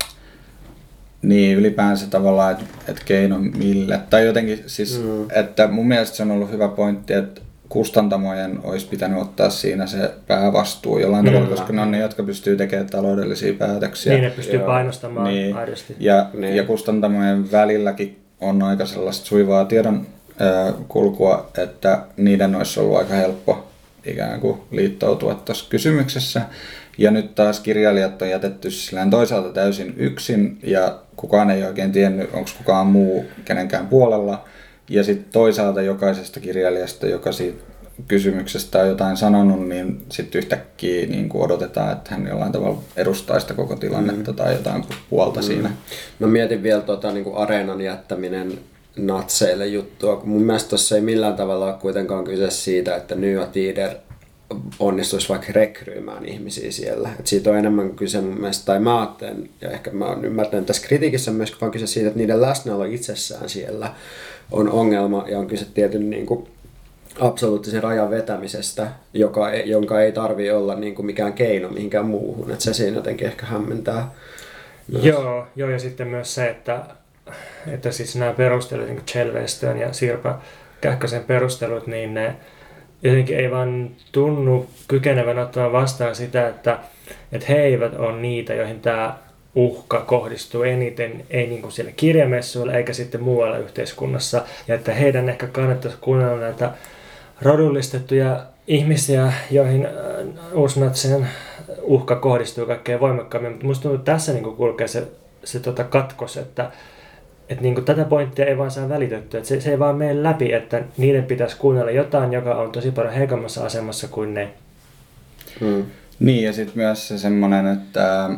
niin ylipäänsä tavallaan, että et keino mille. Tai jotenkin siis, mm. että mun mielestä se on ollut hyvä pointti, että kustantamojen olisi pitänyt ottaa siinä se päävastuu jollain mm. tavalla, koska ne on ne, jotka pystyy tekemään taloudellisia päätöksiä. Niin, ne pystyy Joo. painostamaan niin. aidosti. Ja, niin. ja kustantamojen välilläkin on aika sellaista suivaa tiedon ää, kulkua, että niiden olisi ollut aika helppo ikään kuin liittoutua tuossa kysymyksessä. Ja nyt taas kirjailijat on jätetty silleen toisaalta täysin yksin ja kukaan ei oikein tiennyt, onko kukaan muu kenenkään puolella. Ja sitten toisaalta jokaisesta kirjailijasta, joka siitä kysymyksestä on jotain sanonut, niin sitten yhtäkkiä niin kuin odotetaan, että hän jollain tavalla edustaa sitä koko tilannetta mm. tai jotain puolta mm. siinä. Mä mietin vielä tota, niin kuin areenan jättäminen natseille juttua, kun mun mielestä tuossa ei millään tavalla ole kuitenkaan kyse siitä, että Nya Tider onnistuisi vaikka rekryymään ihmisiä siellä. Et siitä on enemmän kyse mun mielestä, tai mä ajattelen, ja ehkä mä oon ymmärtänyt tässä kritiikissä myös vaan kyse siitä, että niiden läsnäolo itsessään siellä on ongelma, ja on kyse tietyn niin kuin absoluuttisen rajan vetämisestä, joka ei, jonka ei tarvitse olla niin kuin mikään keino mihinkään muuhun. Et se siinä jotenkin ehkä hämmentää. Joo, joo, ja sitten myös se, että, että siis nämä perustelut, niin kuin Chelvestön ja Sirpa Kähkösen perustelut, niin ne jotenkin ei vaan tunnu kykenevän ottamaan vastaan sitä, että, että he eivät ole niitä, joihin tämä uhka kohdistuu eniten, ei niin kuin siellä kirjamessuilla eikä sitten muualla yhteiskunnassa, ja että heidän ehkä kannattaisi kuunnella näitä rodullistettuja ihmisiä, joihin uusnatsien uhka kohdistuu kaikkein voimakkaammin, mutta musta tuntuu, että tässä niin kuin kulkee se, se tota katkos, että että niin kuin tätä pointtia ei vaan saa välitettyä, että se, se ei vaan mene läpi, että niiden pitäisi kuunnella jotain, joka on tosi paljon heikommassa asemassa kuin ne. Hmm. Niin, ja sitten myös se semmoinen, että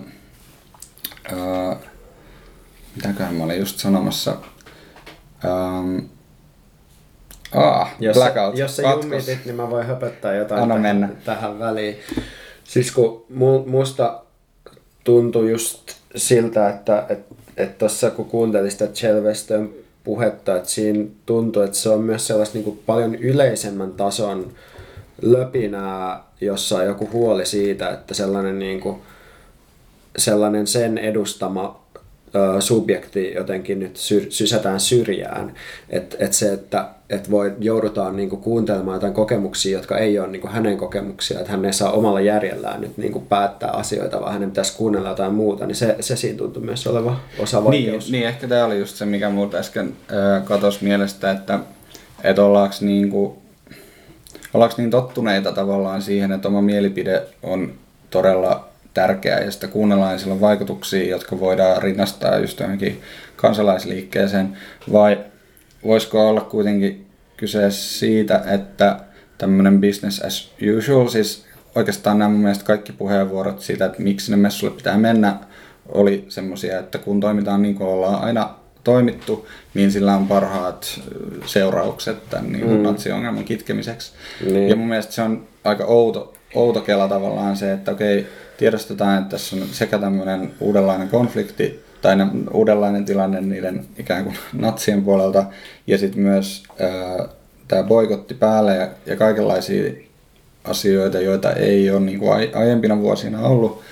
uh, mitäköhän mä olin just sanomassa, um, ah, jos, blackout, jos sä katkos. jummitit, niin mä voin höpöttää jotain Anna tähän, mennä. tähän väliin. Siis kun mu, musta tuntui just siltä, että et, et tossa kun kuuntelin sitä Chelvestön puhetta, että siinä tuntui, että se on myös sellaista niin kuin paljon yleisemmän tason löpinää, jossa on joku huoli siitä, että sellainen, niin kuin, sellainen sen edustama ö, subjekti jotenkin nyt syr, sysätään syrjään. Että et se, että et voi, joudutaan niin kuin kuuntelemaan jotain kokemuksia, jotka ei ole niin kuin hänen kokemuksia, että hän ei saa omalla järjellään nyt niin kuin päättää asioita, vaan hänen pitäisi kuunnella jotain muuta, niin se, se siinä tuntui myös oleva osa vaikeus. Niin, niin, ehkä tämä oli just se, mikä multa äsken äh, katosi mielestä, että et ollaanko, niinku, ollaanko niin tottuneita tavallaan siihen, että oma mielipide on todella tärkeää ja sitä kuunnellaan ja sillä on vaikutuksia, jotka voidaan rinnastaa just johonkin kansalaisliikkeeseen, vai voisiko olla kuitenkin kyse siitä, että tämmöinen business as usual, siis oikeastaan nämä mun mielestä kaikki puheenvuorot siitä, että miksi ne messulle pitää mennä, oli semmoisia, että kun toimitaan niin kuin ollaan aina toimittu, niin sillä on parhaat seuraukset tämän niin kuin mm. natsiongelman kitkemiseksi. Niin. Ja mun mielestä se on aika outo, outo kela tavallaan se, että okei, tiedostetaan, että tässä on sekä tämmöinen uudenlainen konflikti, tai ne, uudenlainen tilanne niiden ikään kuin natsien puolelta, ja sitten myös tämä boikotti päälle ja, ja kaikenlaisia asioita, joita ei ole niin kuin aiempina vuosina ollut,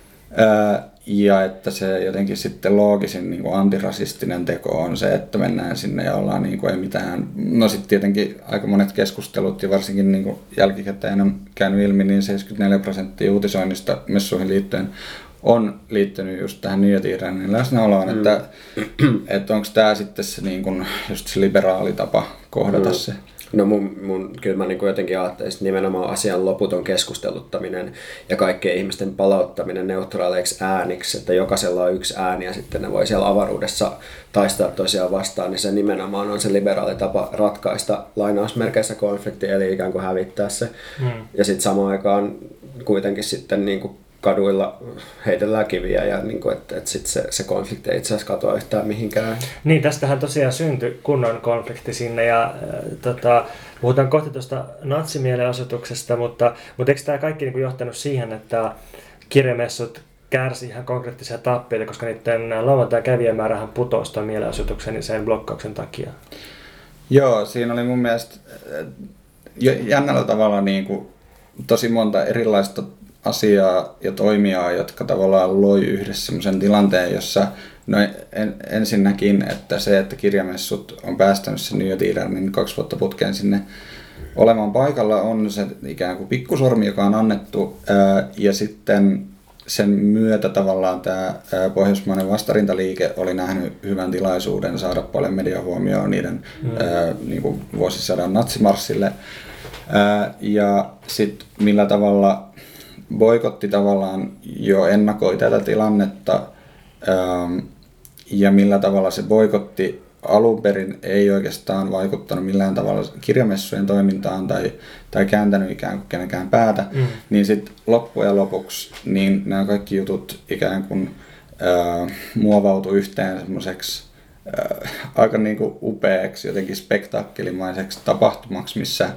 ää, ja että se jotenkin sitten loogisin niin kuin antirasistinen teko on se, että mennään sinne ja ollaan niin kuin ei mitään, no sitten tietenkin aika monet keskustelut ja varsinkin niin kuin jälkikäteen on käynyt ilmi, niin seitsemänkymmentäneljä prosenttia uutisoinnista messuihin liittyen on liittynyt just tähän nyötiirännin läsnäoloon, mm. että, että onko tämä sitten se, niin kun, just se liberaali tapa kohdata mm. se. No mun, mun, kyllä mä niin kuin jotenkin ajattelisin, nimenomaan asian loputon keskusteluttaminen ja kaikkien ihmisten palauttaminen neutraaleiksi ääniksi, että jokaisella on yksi ääni ja sitten ne voi siellä avaruudessa taistaa toisiaan vastaan, niin se nimenomaan on se liberaali tapa ratkaista lainausmerkeissä konflikti, eli ikään kuin hävittää se. Mm. Ja sitten samaan aikaan kuitenkin sitten niin kuin kaduilla heitellään kiviä ja niin kuin, että, että sit se, se konflikti ei itse asiassa katoa yhtään mihinkään. Niin, tästähän tosiaan syntyi kunnon konflikti sinne ja äh, tota, puhutaan kohta tuosta natsimielenosoituksesta, mutta, mutta eikö tämä kaikki niin kuin johtanut siihen, että kirjamessut kärsi ihan konkreettisia tappioita, koska niiden lauantai kävijämäärähän putosi tuon mielenosoituksen ja sen blokkauksen takia? Joo, siinä oli mun mielestä jännällä tavalla niin kuin tosi monta erilaista asiaa ja toimijaa, jotka tavallaan loi yhdessä semmoisen tilanteen, jossa no en, ensinnäkin, että se, että kirjamessut on päästänyt sen New Yorkin kaksi vuotta putkeen sinne olemaan paikalla, on se ikään kuin pikkusormi, joka on annettu, ää, ja sitten sen myötä tavallaan tämä ää, pohjoismainen vastarintaliike oli nähnyt hyvän tilaisuuden saada paljon mediahuomioon niiden mm. ää, niin kuin vuosisadan natsimarssille, ää, ja sitten millä tavalla boikotti tavallaan jo ennakoi tätä tilannetta ähm, ja millä tavalla se boikotti alun perin ei oikeastaan vaikuttanut millään tavalla kirjamessujen toimintaan tai, tai kääntänyt ikään kuin kenenkään päätä, mm. niin sitten loppujen lopuksi niin nämä kaikki jutut ikään kuin äh, muovautui yhteen semmoiseksi äh, aika niin kuin upeaksi, jotenkin spektaakkelimmaiseksi tapahtumaksi, missä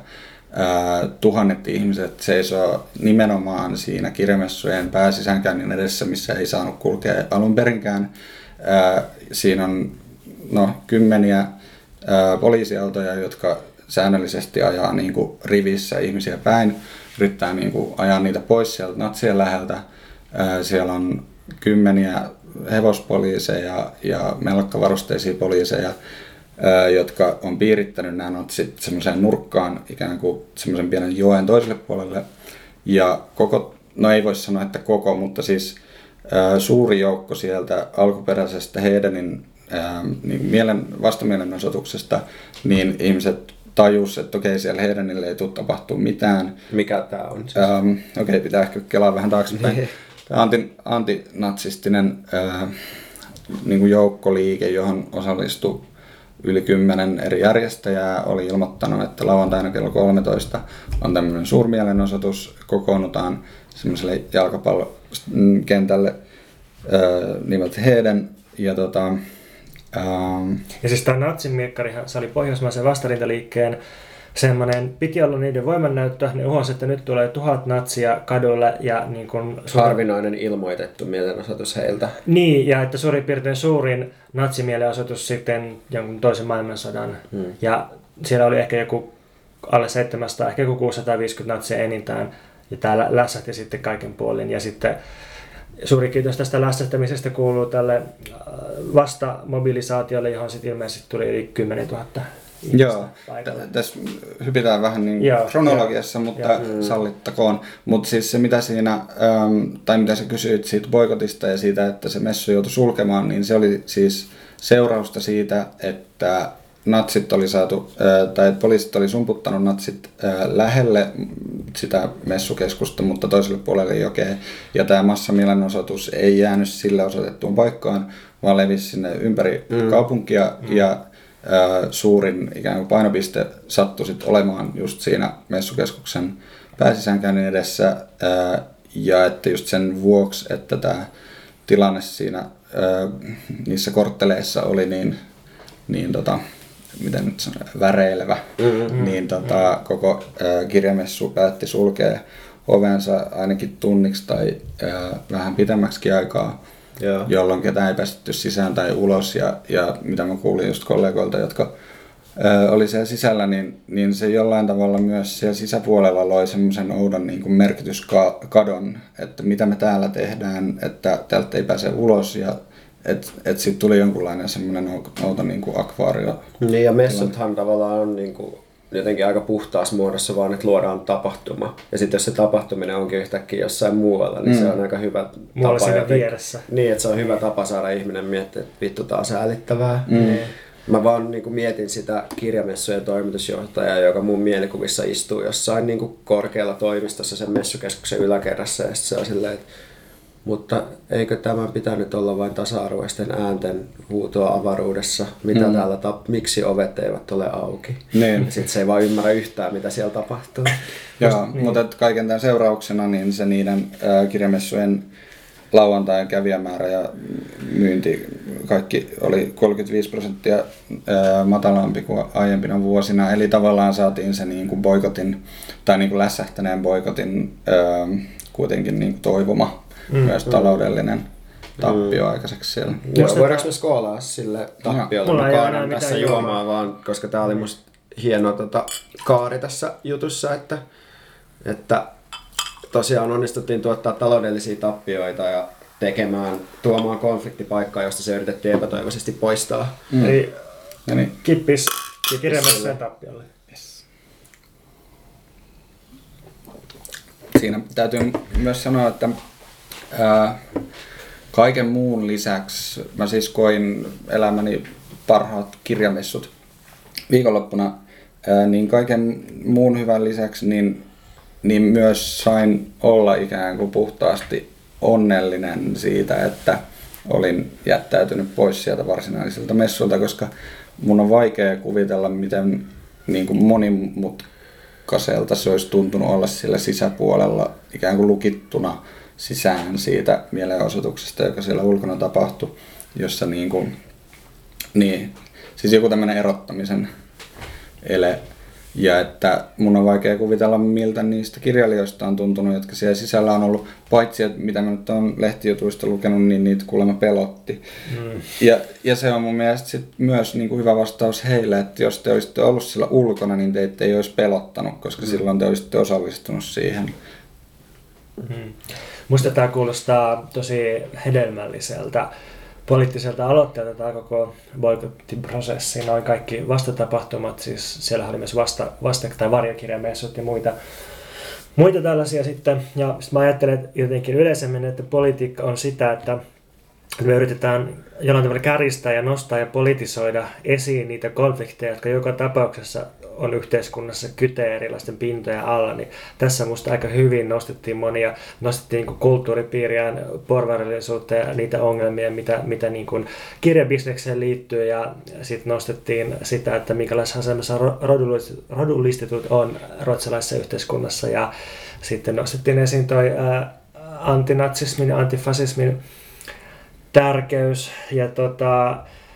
ää, tuhannet ihmiset seisoo nimenomaan siinä kirjamessujen pääsisäänkäynnin edessä, missä ei saanut kulkea alun perinkään. Ää, siinä on no, kymmeniä ää, poliisiautoja, jotka säännöllisesti ajaa niin kuin rivissä ihmisiä päin, yrittää niin kuin ajaa niitä pois sieltä natsien läheltä. Ää, siellä on kymmeniä hevospoliiseja ja melkkavarusteisia poliiseja, ää, jotka on piirittänyt nämä natsit semmoiseen nurkkaan ikään kuin semmoisen pienen joen toiselle puolelle. Ja koko, no ei voi sanoa, että koko, mutta siis ää, suuri joukko sieltä alkuperäisestä Hedenin ää, niin mielen, vastamielenosoituksesta, niin ihmiset tajus, että okei, siellä Hedenille ei tule tapahtua mitään. Mikä tää on? Siis? Ähm, okei, pitää ehkä kelaa vähän taaksepäin. Anti, antinatsistinen äh, niin kuin joukkoliike, johon osallistui yli kymmenen eri järjestäjää, oli ilmoittanut, että lauantaina kello kolmetoista on tämmöinen suurmielenosoitus, kokoonnutaan semmoiselle jalkapallokentälle äh, nimeltä Heden. Ja, tota, ähm, ja siis tämä natsimiekkarihan, se oli pohjoismaisen vastarintaliikkeen semmoinen, piti olla niiden voimannäyttö, ne uhosi, että nyt tulee tuhat natsia kadulle ja niin kun... Harvinainen ilmoitettu mielenosoitus heiltä. Niin, ja että suurin piirtein suurin natsimielenosoitus sitten jonkun toisen maailmansodan. Hmm. Ja siellä oli ehkä joku alle seitsemänsataa, ehkä joku kuusisataaviisikymmentä natsia enintään. Ja täällä lässähti sitten kaiken puolin. Ja sitten suuri kiitos tästä lässähtämisestä kuuluu tälle vastamobilisaatiolle, johon sitten ilmeisesti tuli yli kymmenen tuhatta. Joo, tässä hypitään vähän niin Joo, kronologiassa, jo, mutta jo. sallittakoon. Mutta siis se mitä siinä, ähm, tai mitä sä kysyit siitä boikotista ja siitä, että se messu joutui sulkemaan, niin se oli siis seurausta siitä, että natsit oli saatu, äh, tai että poliisit oli sumputtanut natsit äh, lähelle sitä messukeskusta, mutta toiselle puolelle jokea. Ja tämä massamielenosoitus ei jäänyt sille osoitettuun paikkaan, vaan levisi sinne ympäri mm. kaupunkia mm. ja suurin ikään kuin painopiste sattui sit olemaan just siinä messukeskuksen pääsisäänkäynnin edessä, ja että just sen vuoksi, että tämä tilanne siinä niissä kortteleissa oli niin, niin tota, miten nyt sanon, väreilevä, mm-hmm. niin tota, koko kirjamessu päätti sulkea ovensa ainakin tunniksi tai vähän pitemmäksikin aikaa. Joo. Jolloin ketään ei päästetty sisään tai ulos, ja, ja mitä mä kuulin just kollegoilta, jotka ö, oli siellä sisällä, niin, niin se jollain tavalla myös siellä sisäpuolella loi semmoisen oudon niin kuin merkityskadon, että mitä me täällä tehdään, että täältä ei pääse ulos, ja että et sitten tuli jonkunlainen semmoinen outo niin kuin akvaario. Niin, ja messuthan tavallaan on niin kuin jotenkin aika puhtaassa muodossa, vaan että luodaan tapahtuma. Ja sitten jos se tapahtuminen onkin yhtäkkiä jossain muualla, niin mm. se on aika hyvä muualla tapa. Muualla vieressä. Niin, että se on hyvä tapa saada ihminen miettiä, että vittu tää on säälittävää. Mm. Mä vaan niin kuin mietin sitä kirjamessujen toimitusjohtajaa, joka mun mielikuvissa istuu jossain niin kuin korkealla toimistossa sen messukeskuksen yläkerrassa. Ja se on silleen, että mutta eikö tämä pitänyt olla vain tasa-arvoisten äänten huutoa avaruudessa? Mitä mm. täällä tap- miksi ovet eivät ole auki? Niin. Sitten se ei vaan ymmärrä yhtään, mitä siellä tapahtuu. Joo, niin. Mutta kaiken tämän seurauksena niin se niiden äh, kirjamessujen lauantain kävijämäärä ja myynti kaikki oli kolmekymmentäviisi prosenttia äh, matalampi kuin aiempina vuosina. Eli tavallaan saatiin se niin kuin boikotin tai niin kuin lässähtäneen boikotin äh, kuitenkin niin kuin toivoma. Mm, myös mm. taloudellinen tappio mm. aikaiseksi siellä. Joo, voidaanko me skoolaa sille tappiolle? Mä kaadan tässä juomaa vaan, koska tää oli musta hieno tota, kaari tässä jutussa, että, että tosiaan onnistuttiin tuottaa taloudellisia tappioita ja tekemään, tuomaan konfliktipaikkaa, josta se yritettiin epätoivoisesti poistaa. Mm. Eli niin. kippis kirjamessujen tappiolle. Yes. Siinä täytyy myös sanoa, että Ää, kaiken muun lisäksi mä siis koin elämäni parhaat kirjamessut viikonloppuna, ää, niin kaiken muun hyvän lisäksi niin, niin myös sain olla ikään kuin puhtaasti onnellinen siitä, että olin jättäytynyt pois sieltä varsinaiselta messulta, koska mun on vaikea kuvitella, miten niin kuin monimutkaiselta se olisi tuntunut olla siellä sisäpuolella ikään kuin lukittuna sisään siitä mielenosoituksesta, joka siellä ulkona tapahtui, jossa niin kuin, niin, siis joku tämmöinen erottamisen ele Ja että mun on vaikea kuvitella, miltä niistä kirjailijoista on tuntunut, jotka siellä sisällä on ollut, paitsi että mitä mä nyt olen lehtijutuista lukenut, niin niitä kuulemma pelotti. Mm. Ja, ja se on mun mielestä sit myös niin kuin hyvä vastaus heille, että jos te olisitte ollut siellä ulkona, niin teitä ei olisi pelottanut, koska mm. silloin te olisitte osallistunut siihen. Mm. Musta tämä kuulostaa tosi hedelmälliseltä poliittiselta aloitteelta tämä koko boikottiprosessi, noin kaikki vastatapahtumat, siis siellä oli myös vasta, vasta tai varjokirjamessut ja muita, muita tällaisia sitten. Ja sit mä ajattelen jotenkin yleisemmin, että politiikka on sitä, että me yritetään jollain tavalla kärjistää ja nostaa ja politisoida esiin niitä konflikteja, jotka joka tapauksessa on yhteiskunnassa kytee erilaisten pintojen alla, niin tässä musta aika hyvin nostettiin monia, nostettiin niin kulttuuripiiriään, porvarillisuutta ja niitä ongelmia, mitä, mitä niin kuin kirjabisnekseen liittyy, ja sitten nostettiin sitä, että minkälaisessa asemassa rodullistetut on ruotsalaisessa yhteiskunnassa, ja sitten nostettiin esiin toi ää, antinatsismin ja antifasismin tärkeys, ja tota,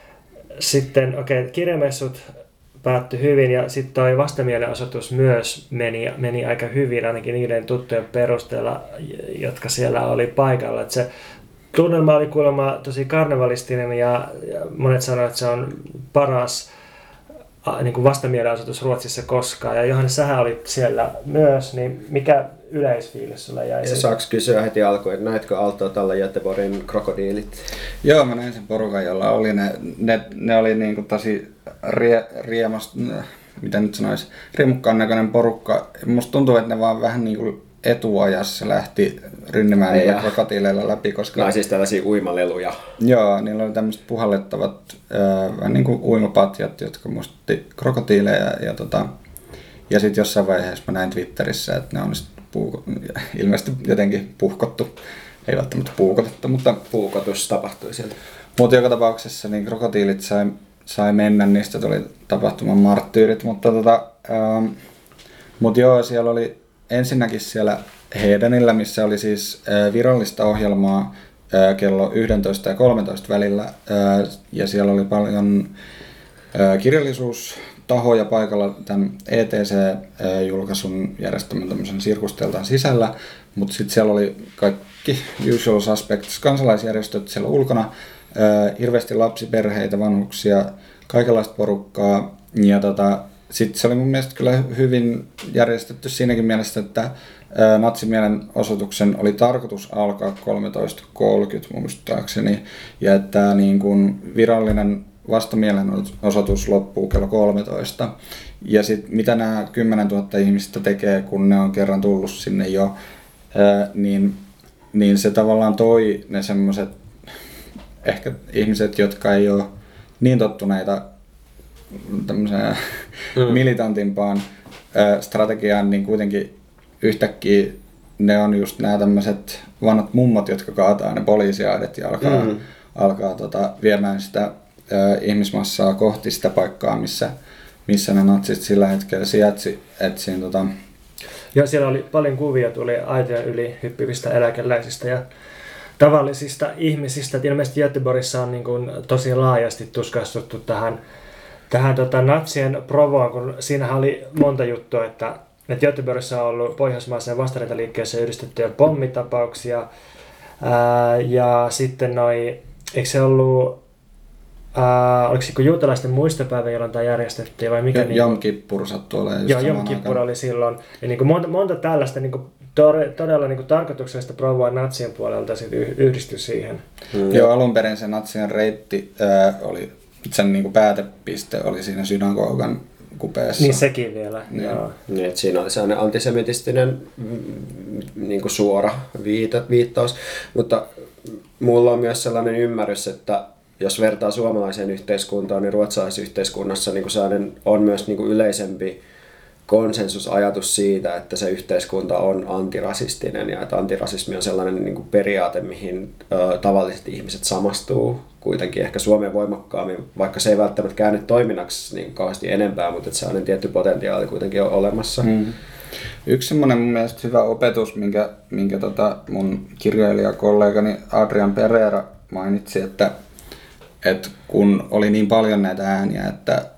sitten okei, okay, kirjamessut päättyi hyvin, ja sitten toi vastamielenosoitus myös meni, meni aika hyvin, ainakin niiden tuttujen perusteella, jotka siellä oli paikalla. Et se tunnelma oli kuulemma tosi karnevalistinen, ja, ja monet sanoivat, että se on paras a, niin kuin vastamielenosoitus Ruotsissa koskaan. Ja Johannes, sähän olit siellä myös, niin mikä yleisfiilis sulla jäi? Ja saaks kysyä heti alkuun, että näitkö Aalto-Talla Göteborgin krokodiilit? Joo, mä näin sen porukan, jolla oli ne, ne, ne oli niinku tosi rie, riemast, mitä nyt sanois, riemukkaan näköinen porukka. Musta tuntuu, että ne vaan vähän niinku etuajassa lähti rynnimään niillä krokodiileilla läpi, koska... No siis tällaisia uimaleluja. Joo, niillä oli tämmöiset puhallettavat äh, vähän niin kuin uimapatjat, jotka muistutti krokodiileja, ja, ja, tota, ja sitten jossain vaiheessa mä näin Twitterissä, että ne on puuko, ilmeisesti jotenkin puhkottu, ei välttämättä puukotettu, mutta... Puukotus tapahtui sieltä. Mutta joka tapauksessa niin krokodiilit sai, sai mennä, niistä tuli tapahtuman marttyyrit, mutta tota, ähm, mut joo, siellä oli ensinnäkin siellä Hedenillä, missä oli siis äh, virallista ohjelmaa äh, kello yksitoista ja kolmetoista välillä, äh, ja siellä oli paljon äh, kirjallisuustahoja paikalla tämän E T C-julkaisun järjestämän tämmöisen sirkusteltan sisällä, mutta sitten siellä oli kaikki usual suspects, kansalaisjärjestöt siellä ulkona, äh, hirveästi lapsiperheitä, vanhuksia, kaikenlaista porukkaa, ja tota, sitten se oli mun mielestä kyllä hyvin järjestetty siinäkin mielessä, että natsimielenosoituksen oli tarkoitus alkaa kolmetoista kolmekymmentä muistaakseni, ja että niin kun virallinen vastamielenosoitus loppuu kello kolmetoista. Ja sitten mitä nämä kymmenen tuhatta ihmistä tekee, kun ne on kerran tullut sinne jo, niin, niin se tavallaan toi ne semmoiset ehkä ihmiset, jotka ei ole niin tottuneita tämmöiseen mm. militantimpaan ö, strategiaan, niin kuitenkin yhtäkkiä ne on just nämä tämmöiset vanhat mummot, jotka kaataa ne poliisiaudet ja alkaa, mm. alkaa tota, viemään sitä ö, ihmismassaa kohti sitä paikkaa, missä, missä ne natsit sillä hetkellä sijaitsi. Et siinä, tota... Joo, siellä oli paljon kuvia, tuli aitojen yli hyppivistä eläkeläisistä ja tavallisista ihmisistä. Et ilmeisesti Göteborgissa on niin kuin tosi laajasti tuskastuttu tähän Tähän tota, natsien provoon, kun siinähän oli monta juttua, että, että Göteborgissa on ollut pohjoismaiseen vastarintaliikkeeseen yhdistettyjä pommitapauksia, ää, ja sitten noi, eikö se ollut, ää, oliko se kun juutalaisten muistopäivä, jolloin tämä järjestettiin, vai mikä? Jom niin Kippur sattui olemaan just Joo, Jom Kippur oli silloin, ja niin kuin monta, monta tällaista niin kuin tore, todella niin kuin tarkoituksellista provoa natsien puolelta sitten yhdistyi siihen. Mm. Joo, alun perin se natsien reitti ää, oli... Sen niin kuin päätepiste oli siinä synagogan kupeessa. Niin sekin vielä, niin. Joo. Niin, että siinä oli sellainen antisemitistinen niin kuin suora viita, viittaus. Mutta mulla on myös sellainen ymmärrys, että jos vertaa suomalaiseen yhteiskuntaan, niin ruotsalaisessa yhteiskunnassa niin kuin sellainen on myös niin kuin yleisempi konsensusajatus siitä, että se yhteiskunta on antirasistinen ja että antirasismi on sellainen niin kuin periaate, mihin ö, tavalliset ihmiset samastuu kuitenkin ehkä Suomeen voimakkaammin, vaikka se ei välttämättä käänny toiminnaksi niin kauheasti enempää, mutta että sellainen tietty potentiaali kuitenkin on olemassa. Mm. Yksi semmoinen mun mielestä hyvä opetus, minkä, minkä tota mun kirjailijakollegani Adrian Pereira mainitsi, että, että kun oli niin paljon näitä ääniä, että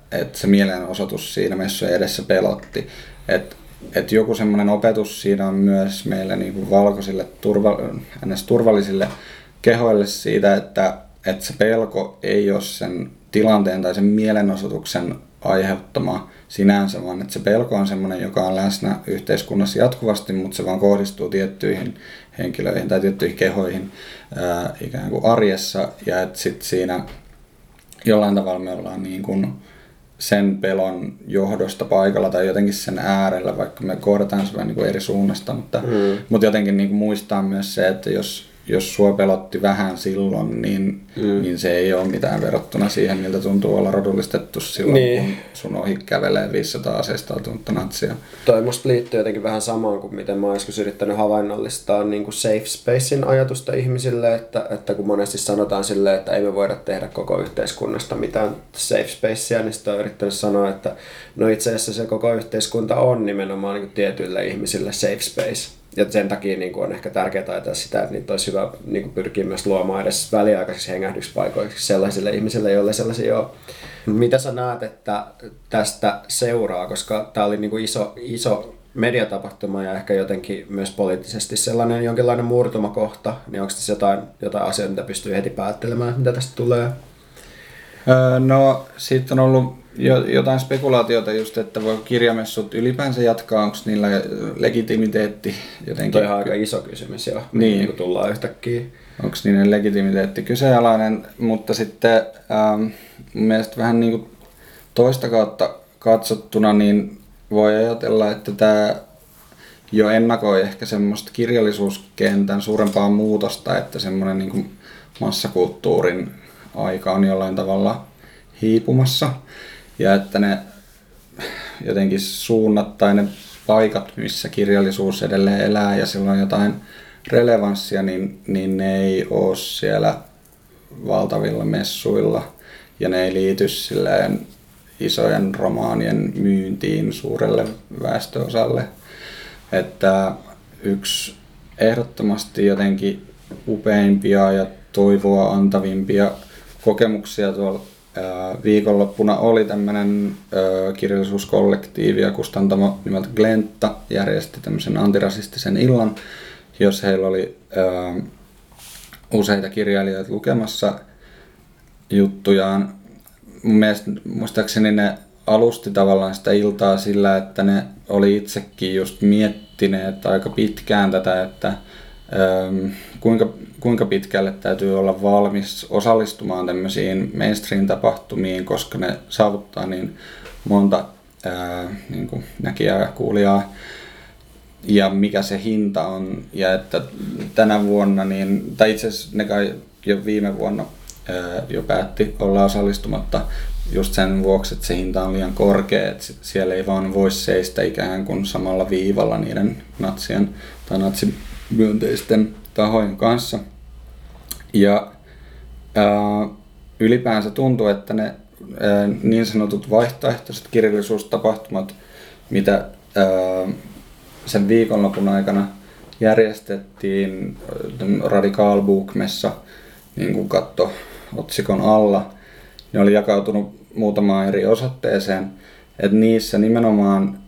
että se mielenosoitus siinä messujen edessä pelotti. Että et joku semmoinen opetus siinä on myös meille niin kuin valkoisille turva, ns. Turvallisille kehoille siitä, että, että se pelko ei ole sen tilanteen tai sen mielenosoituksen aiheuttama sinänsä, vaan että se pelko on semmoinen, joka on läsnä yhteiskunnassa jatkuvasti, mutta se vaan kohdistuu tiettyihin henkilöihin tai tiettyihin kehoihin ää, ikään kuin arjessa, ja että sitten siinä jollain tavalla me ollaan niin kuin sen pelon johdosta paikalla tai jotenkin sen äärellä, vaikka me kohdataan se vähän niin kuin eri suunnasta, mutta, mm. mutta jotenkin niin kuin muistaa myös se, että jos jos sua pelotti vähän silloin, niin, mm. niin se ei ole mitään verrattuna siihen, miltä tuntuu olla rodullistettu silloin, niin. kun sun ohi kävelee viisisataa aseistautunutta natsia. Toi musta liittyy jotenkin vähän samaan kuin miten mä oon joskus yrittänyt havainnollistaa niin kuin safe spacein ajatusta ihmisille, että, että kun monesti sanotaan silleen, että ei me voida tehdä koko yhteiskunnasta mitään safe spacea, niin sitten on yrittänyt sanoa, että no itse asiassa se koko yhteiskunta on nimenomaan niin kuin tietyille ihmisille safe space. Ja sen takia niin kuin on ehkä tärkeää ajatella sitä, että niitä olisi hyvä niin kuin pyrkiä myös luomaan edes väliaikaisiksi hengähdyspaikoiksi sellaisille ihmisille, joille sellaisia on. Mitä sä näet, että tästä seuraa, koska tämä oli niin kuin iso, iso mediatapahtuma ja ehkä jotenkin myös poliittisesti sellainen jonkinlainen murtumakohta, niin onko tässä jotain, jotain asioita, mitä pystyy heti päättelemään, mitä tästä tulee? Öö, no, siitä on ollut jotain spekulaatiota just, että voi kirjamessut ylipäänsä jatkaa, onko niillä legitimiteetti jotenkin? Toi on aika iso kysymys jo, niin, niin kuin tullaan yhtäkkiä. Onko niiden legitimiteetti kyseenalainen, mutta sitten ähm, mielestäni vähän niin kuin toista kautta katsottuna, niin voi ajatella, että tämä jo ennakoi ehkä semmoista kirjallisuuskentän suurempaa muutosta, että semmoinen niin kuin massakulttuurin aika on jollain tavalla hiipumassa. Ja että ne jotenkin suunnat tai ne paikat, missä kirjallisuus edelleen elää ja sillä on jotain relevanssia, niin, niin ne ei ole siellä valtavilla messuilla. Ja ne ei liity silleen isojen romaanien myyntiin suurelle väestöosalle. Että yksi ehdottomasti jotenkin upeimpia ja toivoa antavimpia kokemuksia tuolla viikonloppuna oli tämmöinen kirjallisuuskollektiivi ja kustantamo nimeltä Glenta järjesti tämmöisen antirasistisen illan, jos heillä oli ö, useita kirjailijoita lukemassa juttujaan. Mun mielestä, muistaakseni ne alusti tavallaan sitä iltaa sillä, että ne oli itsekin just miettineet aika pitkään tätä, että ö, kuinka kuinka pitkälle täytyy olla valmis osallistumaan tämmöisiin mainstream-tapahtumiin, koska ne saavuttaa niin monta ää, niin kuin näkijää ja kuulijaa, ja mikä se hinta on. Ja että tänä vuonna, niin, tai itse asiassa ne kai jo viime vuonna ää, jo päätti olla osallistumatta just sen vuoksi, että se hinta on liian korkea, että siellä ei vaan voi seistä ikään kuin samalla viivalla niiden natsien tai natsimyönteisten tahojen kanssa. Ja ää, ylipäänsä tuntuu, että ne ää, niin sanotut vaihtoehtoiset kirjallisuustapahtumat, mitä ää, sen viikonlopun aikana järjestettiin Radical Book-messa, niin kuin katto otsikon alla, ne oli jakautunut muutamaan eri osoitteeseen, että niissä nimenomaan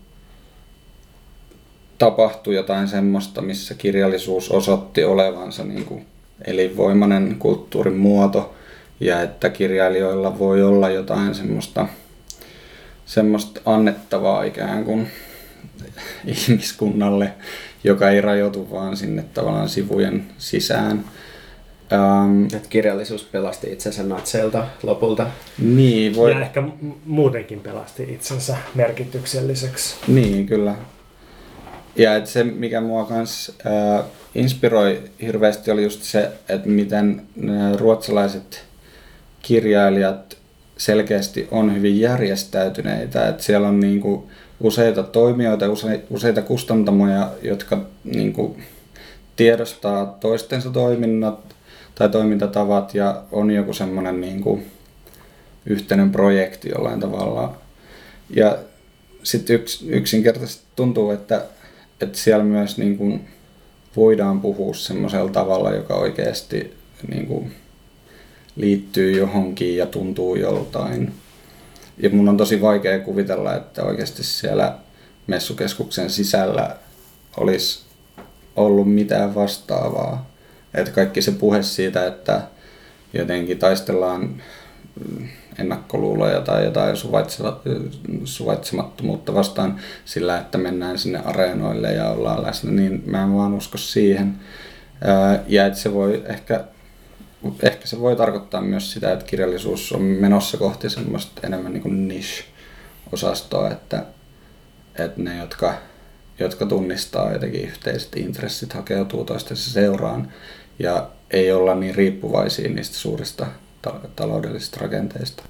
tapahtui jotain semmoista, missä kirjallisuus osoitti olevansa niin kuin elinvoimainen kulttuurin muoto ja että kirjailijoilla voi olla jotain semmoista, semmoista annettavaa ikään kuin ihmiskunnalle, joka ei rajoitu vaan sinne tavallaan sivujen sisään. Ähm, että kirjallisuus pelasti itsensä natseilta lopulta. Niin, voi... Ja ehkä muutenkin pelasti itsensä merkitykselliseksi. Niin, kyllä. Ja että se, mikä mua kans äh, inspiroi hirveästi, oli just se, että miten ruotsalaiset kirjailijat selkeästi on hyvin järjestäytyneitä. Että siellä on niinku useita toimijoita, useita kustantamoja, jotka niinku tiedostaa toistensa toiminnat tai toimintatavat ja on joku semmoinen niinku yhteinen projekti jollain tavalla. Ja sitten yks, yksinkertaisesti tuntuu, että, että siellä myös niinku voidaan puhua semmoisella tavalla, joka oikeasti niinku liittyy johonkin ja tuntuu joltain. ja mun on tosi vaikea kuvitella, että oikeasti siellä messukeskuksen sisällä olisi ollut mitään vastaavaa. Että kaikki se puhe siitä, että jotenkin taistellaan ennakkoluuloja tai jotain suvaitsemattomuutta vastaan sillä, että mennään sinne areenoille ja ollaan läsnä, niin mä en vaan usko siihen. Ja että se voi ehkä, ehkä se voi tarkoittaa myös sitä, että kirjallisuus on menossa kohti semmoista enemmän niin kuin niche-osastoa, että, että ne, jotka, jotka tunnistaa jotenkin yhteiset intressit, hakeutuu toistensa seuraan ja ei olla niin riippuvaisia niistä suurista ta- taloudellisista rakenteista.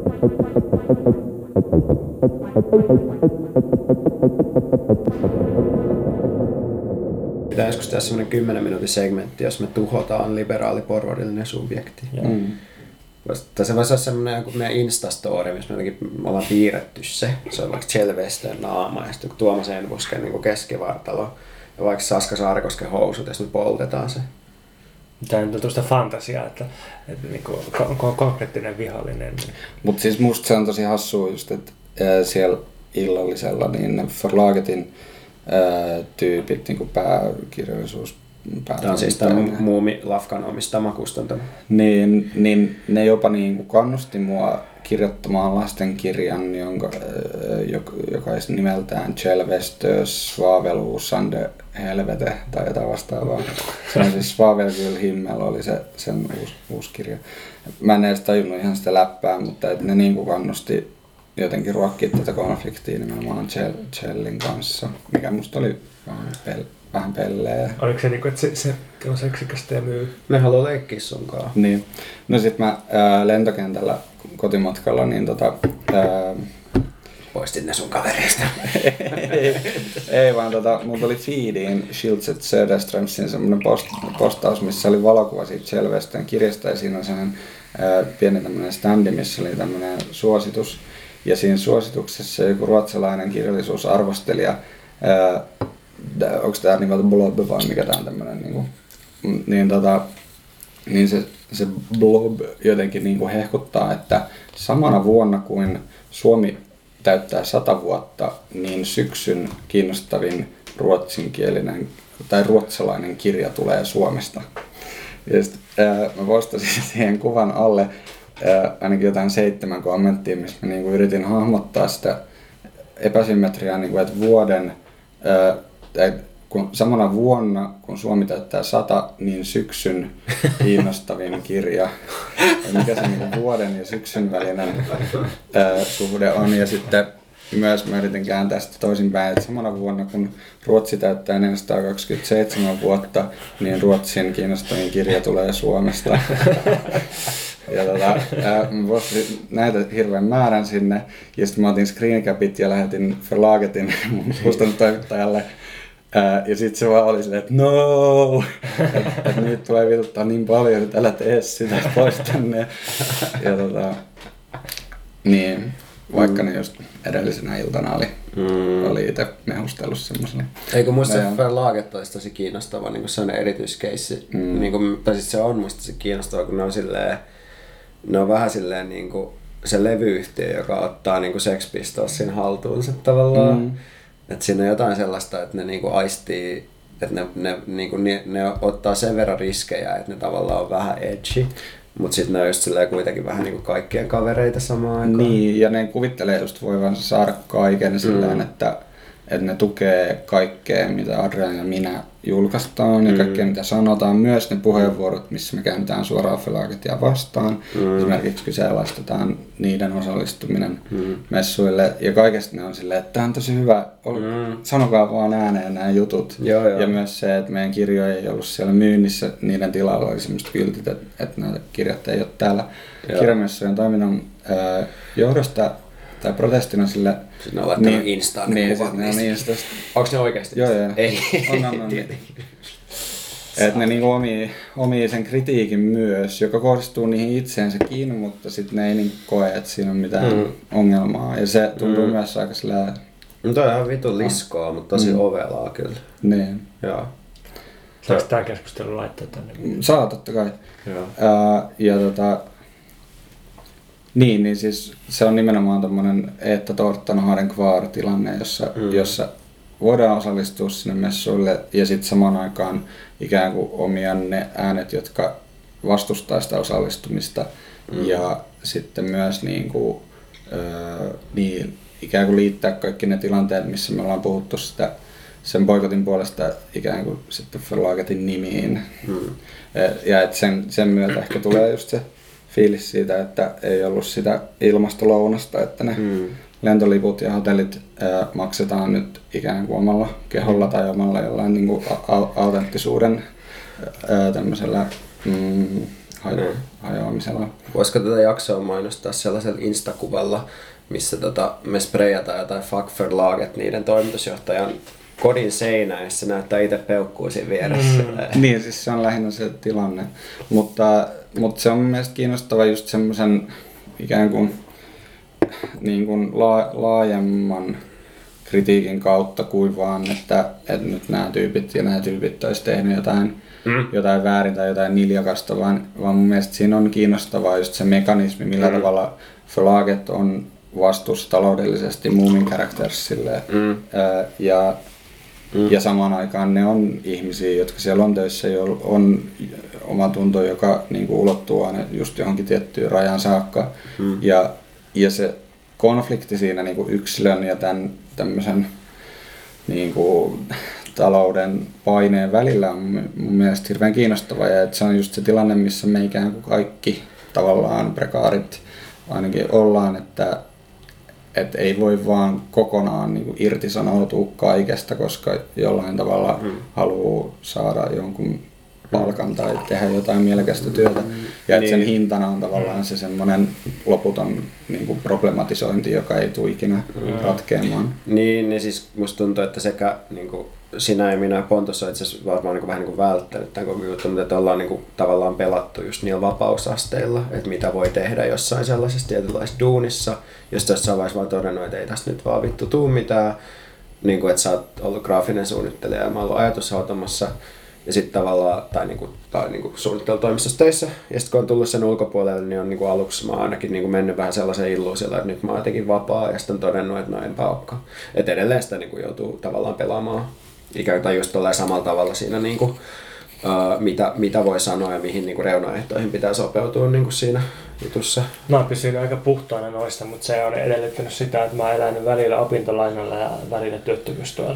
Pitää joskus tehdä semmoinen kymmenen minuutin segmentti, jos me tuhotaan liberaali porvarillinen subjekti. Mm. Tai se voisi olla semmoinen joku meidän Instastory, missä me, me ollaan piirretty se. Se on vaikka Chelvestön naama ja sitten Tuomas Enbusken niin keskivartalo ja vaikka Saska Saarikosken housut ja sitten me poltetaan se. Tämä on tuosta fantasiaa, että, että niin kuin, ko- konkreettinen vihollinen. Mutta siis musta se on tosi hassua just, että siellä illallisella niin Förlagetin ää, tyypit, niin kuin pääkirjallisuus, Tämä on siis tämä Muumi Lafkan omistama kustantama. Niin, niin ne jopa niin kuin kannusti mua kirjoittamaan lastenkirjan, jonka, joka, joka olisi nimeltään Chelvestös Svavelhuusande Helvete tai jotain vastaavaa. Se on siis Svavelgyl Himmel oli se, sen uusi, uusi kirja. Mä en edes tajunnut ihan sitä läppää, mutta et ne niin kuin kannusti jotenkin ruokkia tätä konfliktia nimenomaan Chell, Chellin kanssa, mikä musta oli vähän pel, vähän pelleä. Oliko se niin kuin, että se, se on seksikästä ja myy? Me haluaa leikkiä sunkaan. Niin. No sit mä ää, lentokentällä kotimatkalla niin tota... Ää, poistit ne sun kavereista. ei, ei vaan tota, mulla tuli feediin Schildset Söderströmsin semmonen post, postaus, missä oli valokuva siitä Chelvestön kirjasta ja siinä on sellainen ää, pieni tämmönen standi, missä oli tämmönen suositus. Ja siinä suosituksessa joku ruotsalainen kirjallisuusarvostelija, ää, onko tää nimeltä Blob vai mikä tää on tämmönen niinku, niin tota, niin se, se Blob jotenkin niinku hehkuttaa, että samana vuonna kuin Suomi täyttää sata vuotta, niin syksyn kiinnostavin ruotsinkielinen tai ruotsalainen kirja tulee Suomesta. Ja sit, ää, mä postasin siihen kuvan alle ää, ainakin jotain seitsemän kommenttia, missä mä niinku yritin hahmottaa sitä epäsymmetriaa, niinku, että vuoden, ää, tai kun samana vuonna, kun Suomi täyttää sata, niin syksyn kiinnostavin kirja. Ja mikä se niin vuoden ja syksyn välinen ää, suhde on. Ja sitten myös mä yritin kääntää sitä toisinpäin, että samana vuonna, kun Ruotsi täyttää neljäsataakaksikymmentäseitsemän vuotta, niin Ruotsin kiinnostavin kirja tulee Suomesta. Ja tota, ää, mä postasin näitä hirveän määrän sinne, ja sitten mä otin screencapit ja lähetin Förlagetin mun kustannustoimittajalle. Ää, ja sit se vaan oli silleen, että no, että et nyt tulee vituttaa niin paljon, että älä tee sitä pois tänne. Ja tota, niin, vaikka ne just edellisenä iltana oli, mm. oli itse mehustellut semmosella. Eikö muista se Förlaget olisi tosi kiinnostava, niin kuin sellainen erityiskeissi, mm. niin kuin, tai siis se on musta tosi kiinnostava, kun ne on silleen, ne on vähän silleen niin kuin se levyyhtiö, joka ottaa niin kuin Sex Pistolsin haltuunsa tavallaan. Mm. Että siinä on jotain sellaista, että ne niinku aistii, että ne, ne, niinku, ne, ne ottaa sen verran riskejä, että ne tavallaan on vähän edgy. Mutta sitten ne on just kuitenkin vähän niinku kaikkien kavereita samaan aikaan. Niin, ja ne kuvittelee just voivansa saada kaiken silleen, mm. että, että ne tukee kaikkea, mitä Adrian ja minä julkaistaan ja mm. kaikkea, mitä sanotaan. Myös ne puheenvuorot, missä me käännetään suoraan Förlagetia vastaan. Mm. Esimerkiksi kyseenalaistetaan niiden osallistuminen mm. messuille. Ja kaikesta ne on silleen, että tämä on tosi hyvä, mm. sanokaa vaan ääneen nämä jutut. Joo, joo. Ja myös se, että meidän kirjoja ei ollut siellä myynnissä, niiden tilalla oli semmoista kyltit, että, että nämä kirjat ei ole täällä kirjamessujen toiminnan ää, johdosta. Tai protestina sille... Sitten ne on laittanut niin, Instaan ne niin, kuvat niistä. Niin, onko ne oikeasti? Joo, joo. Ei. On, on, on. Niin. Että ne niinku omii, omii sen kritiikin myös, joka kohdistuu niihin itseensäkin, mutta sitten ne ei niin koe, että siinä on mitään mm. ongelmaa. Ja se tuntuu mm. myös aika sillä... No toi on ihan vitun liskoa, mutta tosi mm. ovelaa kyllä. Niin. Joo. Saanko tää keskustelu laittaa tänne? Saa totta kai. Joo. Ää, ja tota... Niin, niin siis se on nimenomaan tommonen että Tortan Haren Kvar-tilanne, jossa, mm. jossa voidaan osallistua sinne messuille ja sitten samaan aikaan ikään kuin omia ne äänet, jotka vastustaa sitä osallistumista mm. ja sitten myös niin kuin, öö, niin, ikään kuin liittää kaikki ne tilanteet, missä me ollaan puhuttu sitä sen boikotin puolesta ikään kuin sitten Förlagetin nimiin. Mm. Ja et sen, sen myötä ehkä tulee just se fiilis siitä, että ei ollut sitä ilmastolounasta, että ne mm. lentoliput ja hotellit ää, maksetaan nyt ikään kuin omalla keholla tai omalla jollain niin kuin a- autenttisuuden ää, tämmöisellä mm, hajo- hajoamisella. Voisiko tätä jaksoa mainostaa sellaisella instakuvalla, missä tota, me sprejataan jotain Fuck Förlaget niiden toimitusjohtajan kodin seinään, ja se näyttää itse peukkuu siinä vieressä. Mm. Niin, siis se on lähinnä se tilanne. Mutta, mutta se on mielestäni kiinnostava just semmoisen ikään kuin, niin kuin la, laajemman kritiikin kautta kuin vaan, että, että nyt nämä tyypit ja nämä tyypit olisi tehnyt jotain, mm. jotain väärin tai jotain niljakasta, vaan, vaan mun mielestä siinä on kiinnostavaa just se mekanismi, millä mm. tavalla Förlaget on vastuussa taloudellisesti Moomin Charactersille. Mm. Ja Mm. Ja samaan aikaan ne on ihmisiä, jotka siellä on töissä, joilla on oma tunto, joka niin kuin ulottuu aina just johonkin tiettyyn rajan saakka. Mm. Ja, ja se konflikti siinä niin kuin yksilön ja tämän tämmöisen niin kuin talouden paineen välillä on mun mielestä hirveän kiinnostava. Ja että se on just se tilanne, missä me ikään kuin kaikki tavallaan prekaarit ainakin ollaan, että että ei voi vaan kokonaan niin kuin irtisanoutua kaikesta, koska jollain tavalla mm. haluaa saada jonkun palkan tai tehdä jotain mielekästä työtä. Mm. Ja että sen niin. hintana on tavallaan se semmoinen loputon niin kuin problematisointi, joka ei tule ikinä mm. ratkeamaan. Niin, niin siis musta tuntuu, että sekä niin kuin sinä ja minä ja Pontus on itse asiassa varmaan niin kuin vähän niin kuin välttänyt tämän koko juttu, mutta että ollaan niin kuin tavallaan pelattu just niillä vapausasteilla, että mitä voi tehdä jossain sellaisessa tietynlaisessa duunissa, jos jossain vaiheessa vaan todennut, että ei tästä nyt vaan vittu tuu mitään, niin kuin, että sä oot ollut graafinen suunnittelija ja mä oon ollut ajatushautomassa ja sitten tavallaan, tai, niinku, tai niinku suunnittelutoimistossa töissä, ja sitten kun on tullut sen ulkopuolelle, niin on niinku aluksi mä oon ainakin niinku mennyt vähän sellaisen illuusiolla, että nyt mä oon jotenkin vapaa, ja sitten on todennut, että no enpä olekaan. Että edelleen sitä niinku joutuu tavallaan pelaamaan ikään kuin just samalla tavalla siinä, niinku, uh, mitä, mitä voi sanoa ja mihin niinku reunaehtoihin pitää sopeutua niinku siinä jutussa. Mä oon pysynyt aika puhtaana noista, mutta se on edellyttänyt sitä, että mä oon elänyt välillä opintolainalla ja välillä työttömyystuella.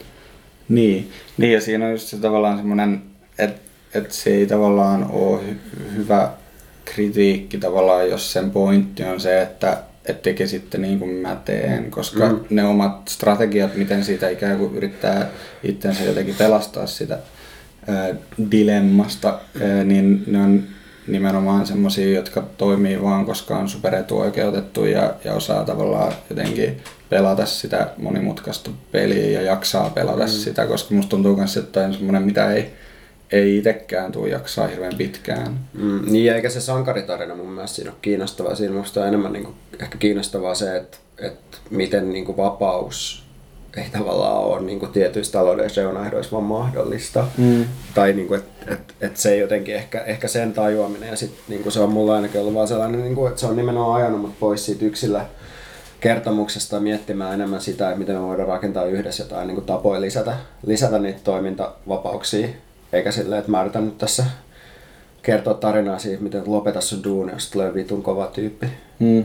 Niin, niin, ja siinä on just se tavallaan semmoinen, että et se ei tavallaan ole hy- hyvä kritiikki tavallaan, jos sen pointti on se, että et tekee sitten niin kuin mä teen, koska mm. ne omat strategiat, miten siitä ikään kuin yrittää itsensä jotenkin pelastaa sitä ää, dilemmasta, ää, niin ne on nimenomaan semmosia, jotka toimii vaan, koska on superetuoikeutettu ja, ja osaa tavallaan jotenkin pelata sitä monimutkaista peliä ja jaksaa pelata mm. sitä, koska musta tuntuu myös, että on semmoinen, mitä ei, ei itsekään tule jaksaa hirveän pitkään. Mm, niin, eikä se sankaritarina mun mielestä siinä ole kiinnostavaa. Siinä musta on enemmän niin kuin, ehkä kiinnostavaa se, että, että miten niin kuin vapaus ei tavallaan ole niin kuin tietyissä taloudellisissa reunaehdoissa vaan mahdollista. Mm. Tai niin kuin, että et, et se jotenkin ehkä, ehkä sen tajuaminen. Ja sitten niin se on mulla ainakin ollut vaan sellainen, niin kuin, että se on nimenomaan ajanut mut pois siitä yksilö kertomuksesta miettimään enemmän sitä, että miten me voidaan rakentaa yhdessä jotain niin kuin tapoja lisätä, lisätä niitä toimintavapauksia. Eikä silleen, että mä yritän nyt tässä kertoa tarinaa siitä, miten lopeta sun duuni, jos tulee vitun kova tyyppi. Hmm.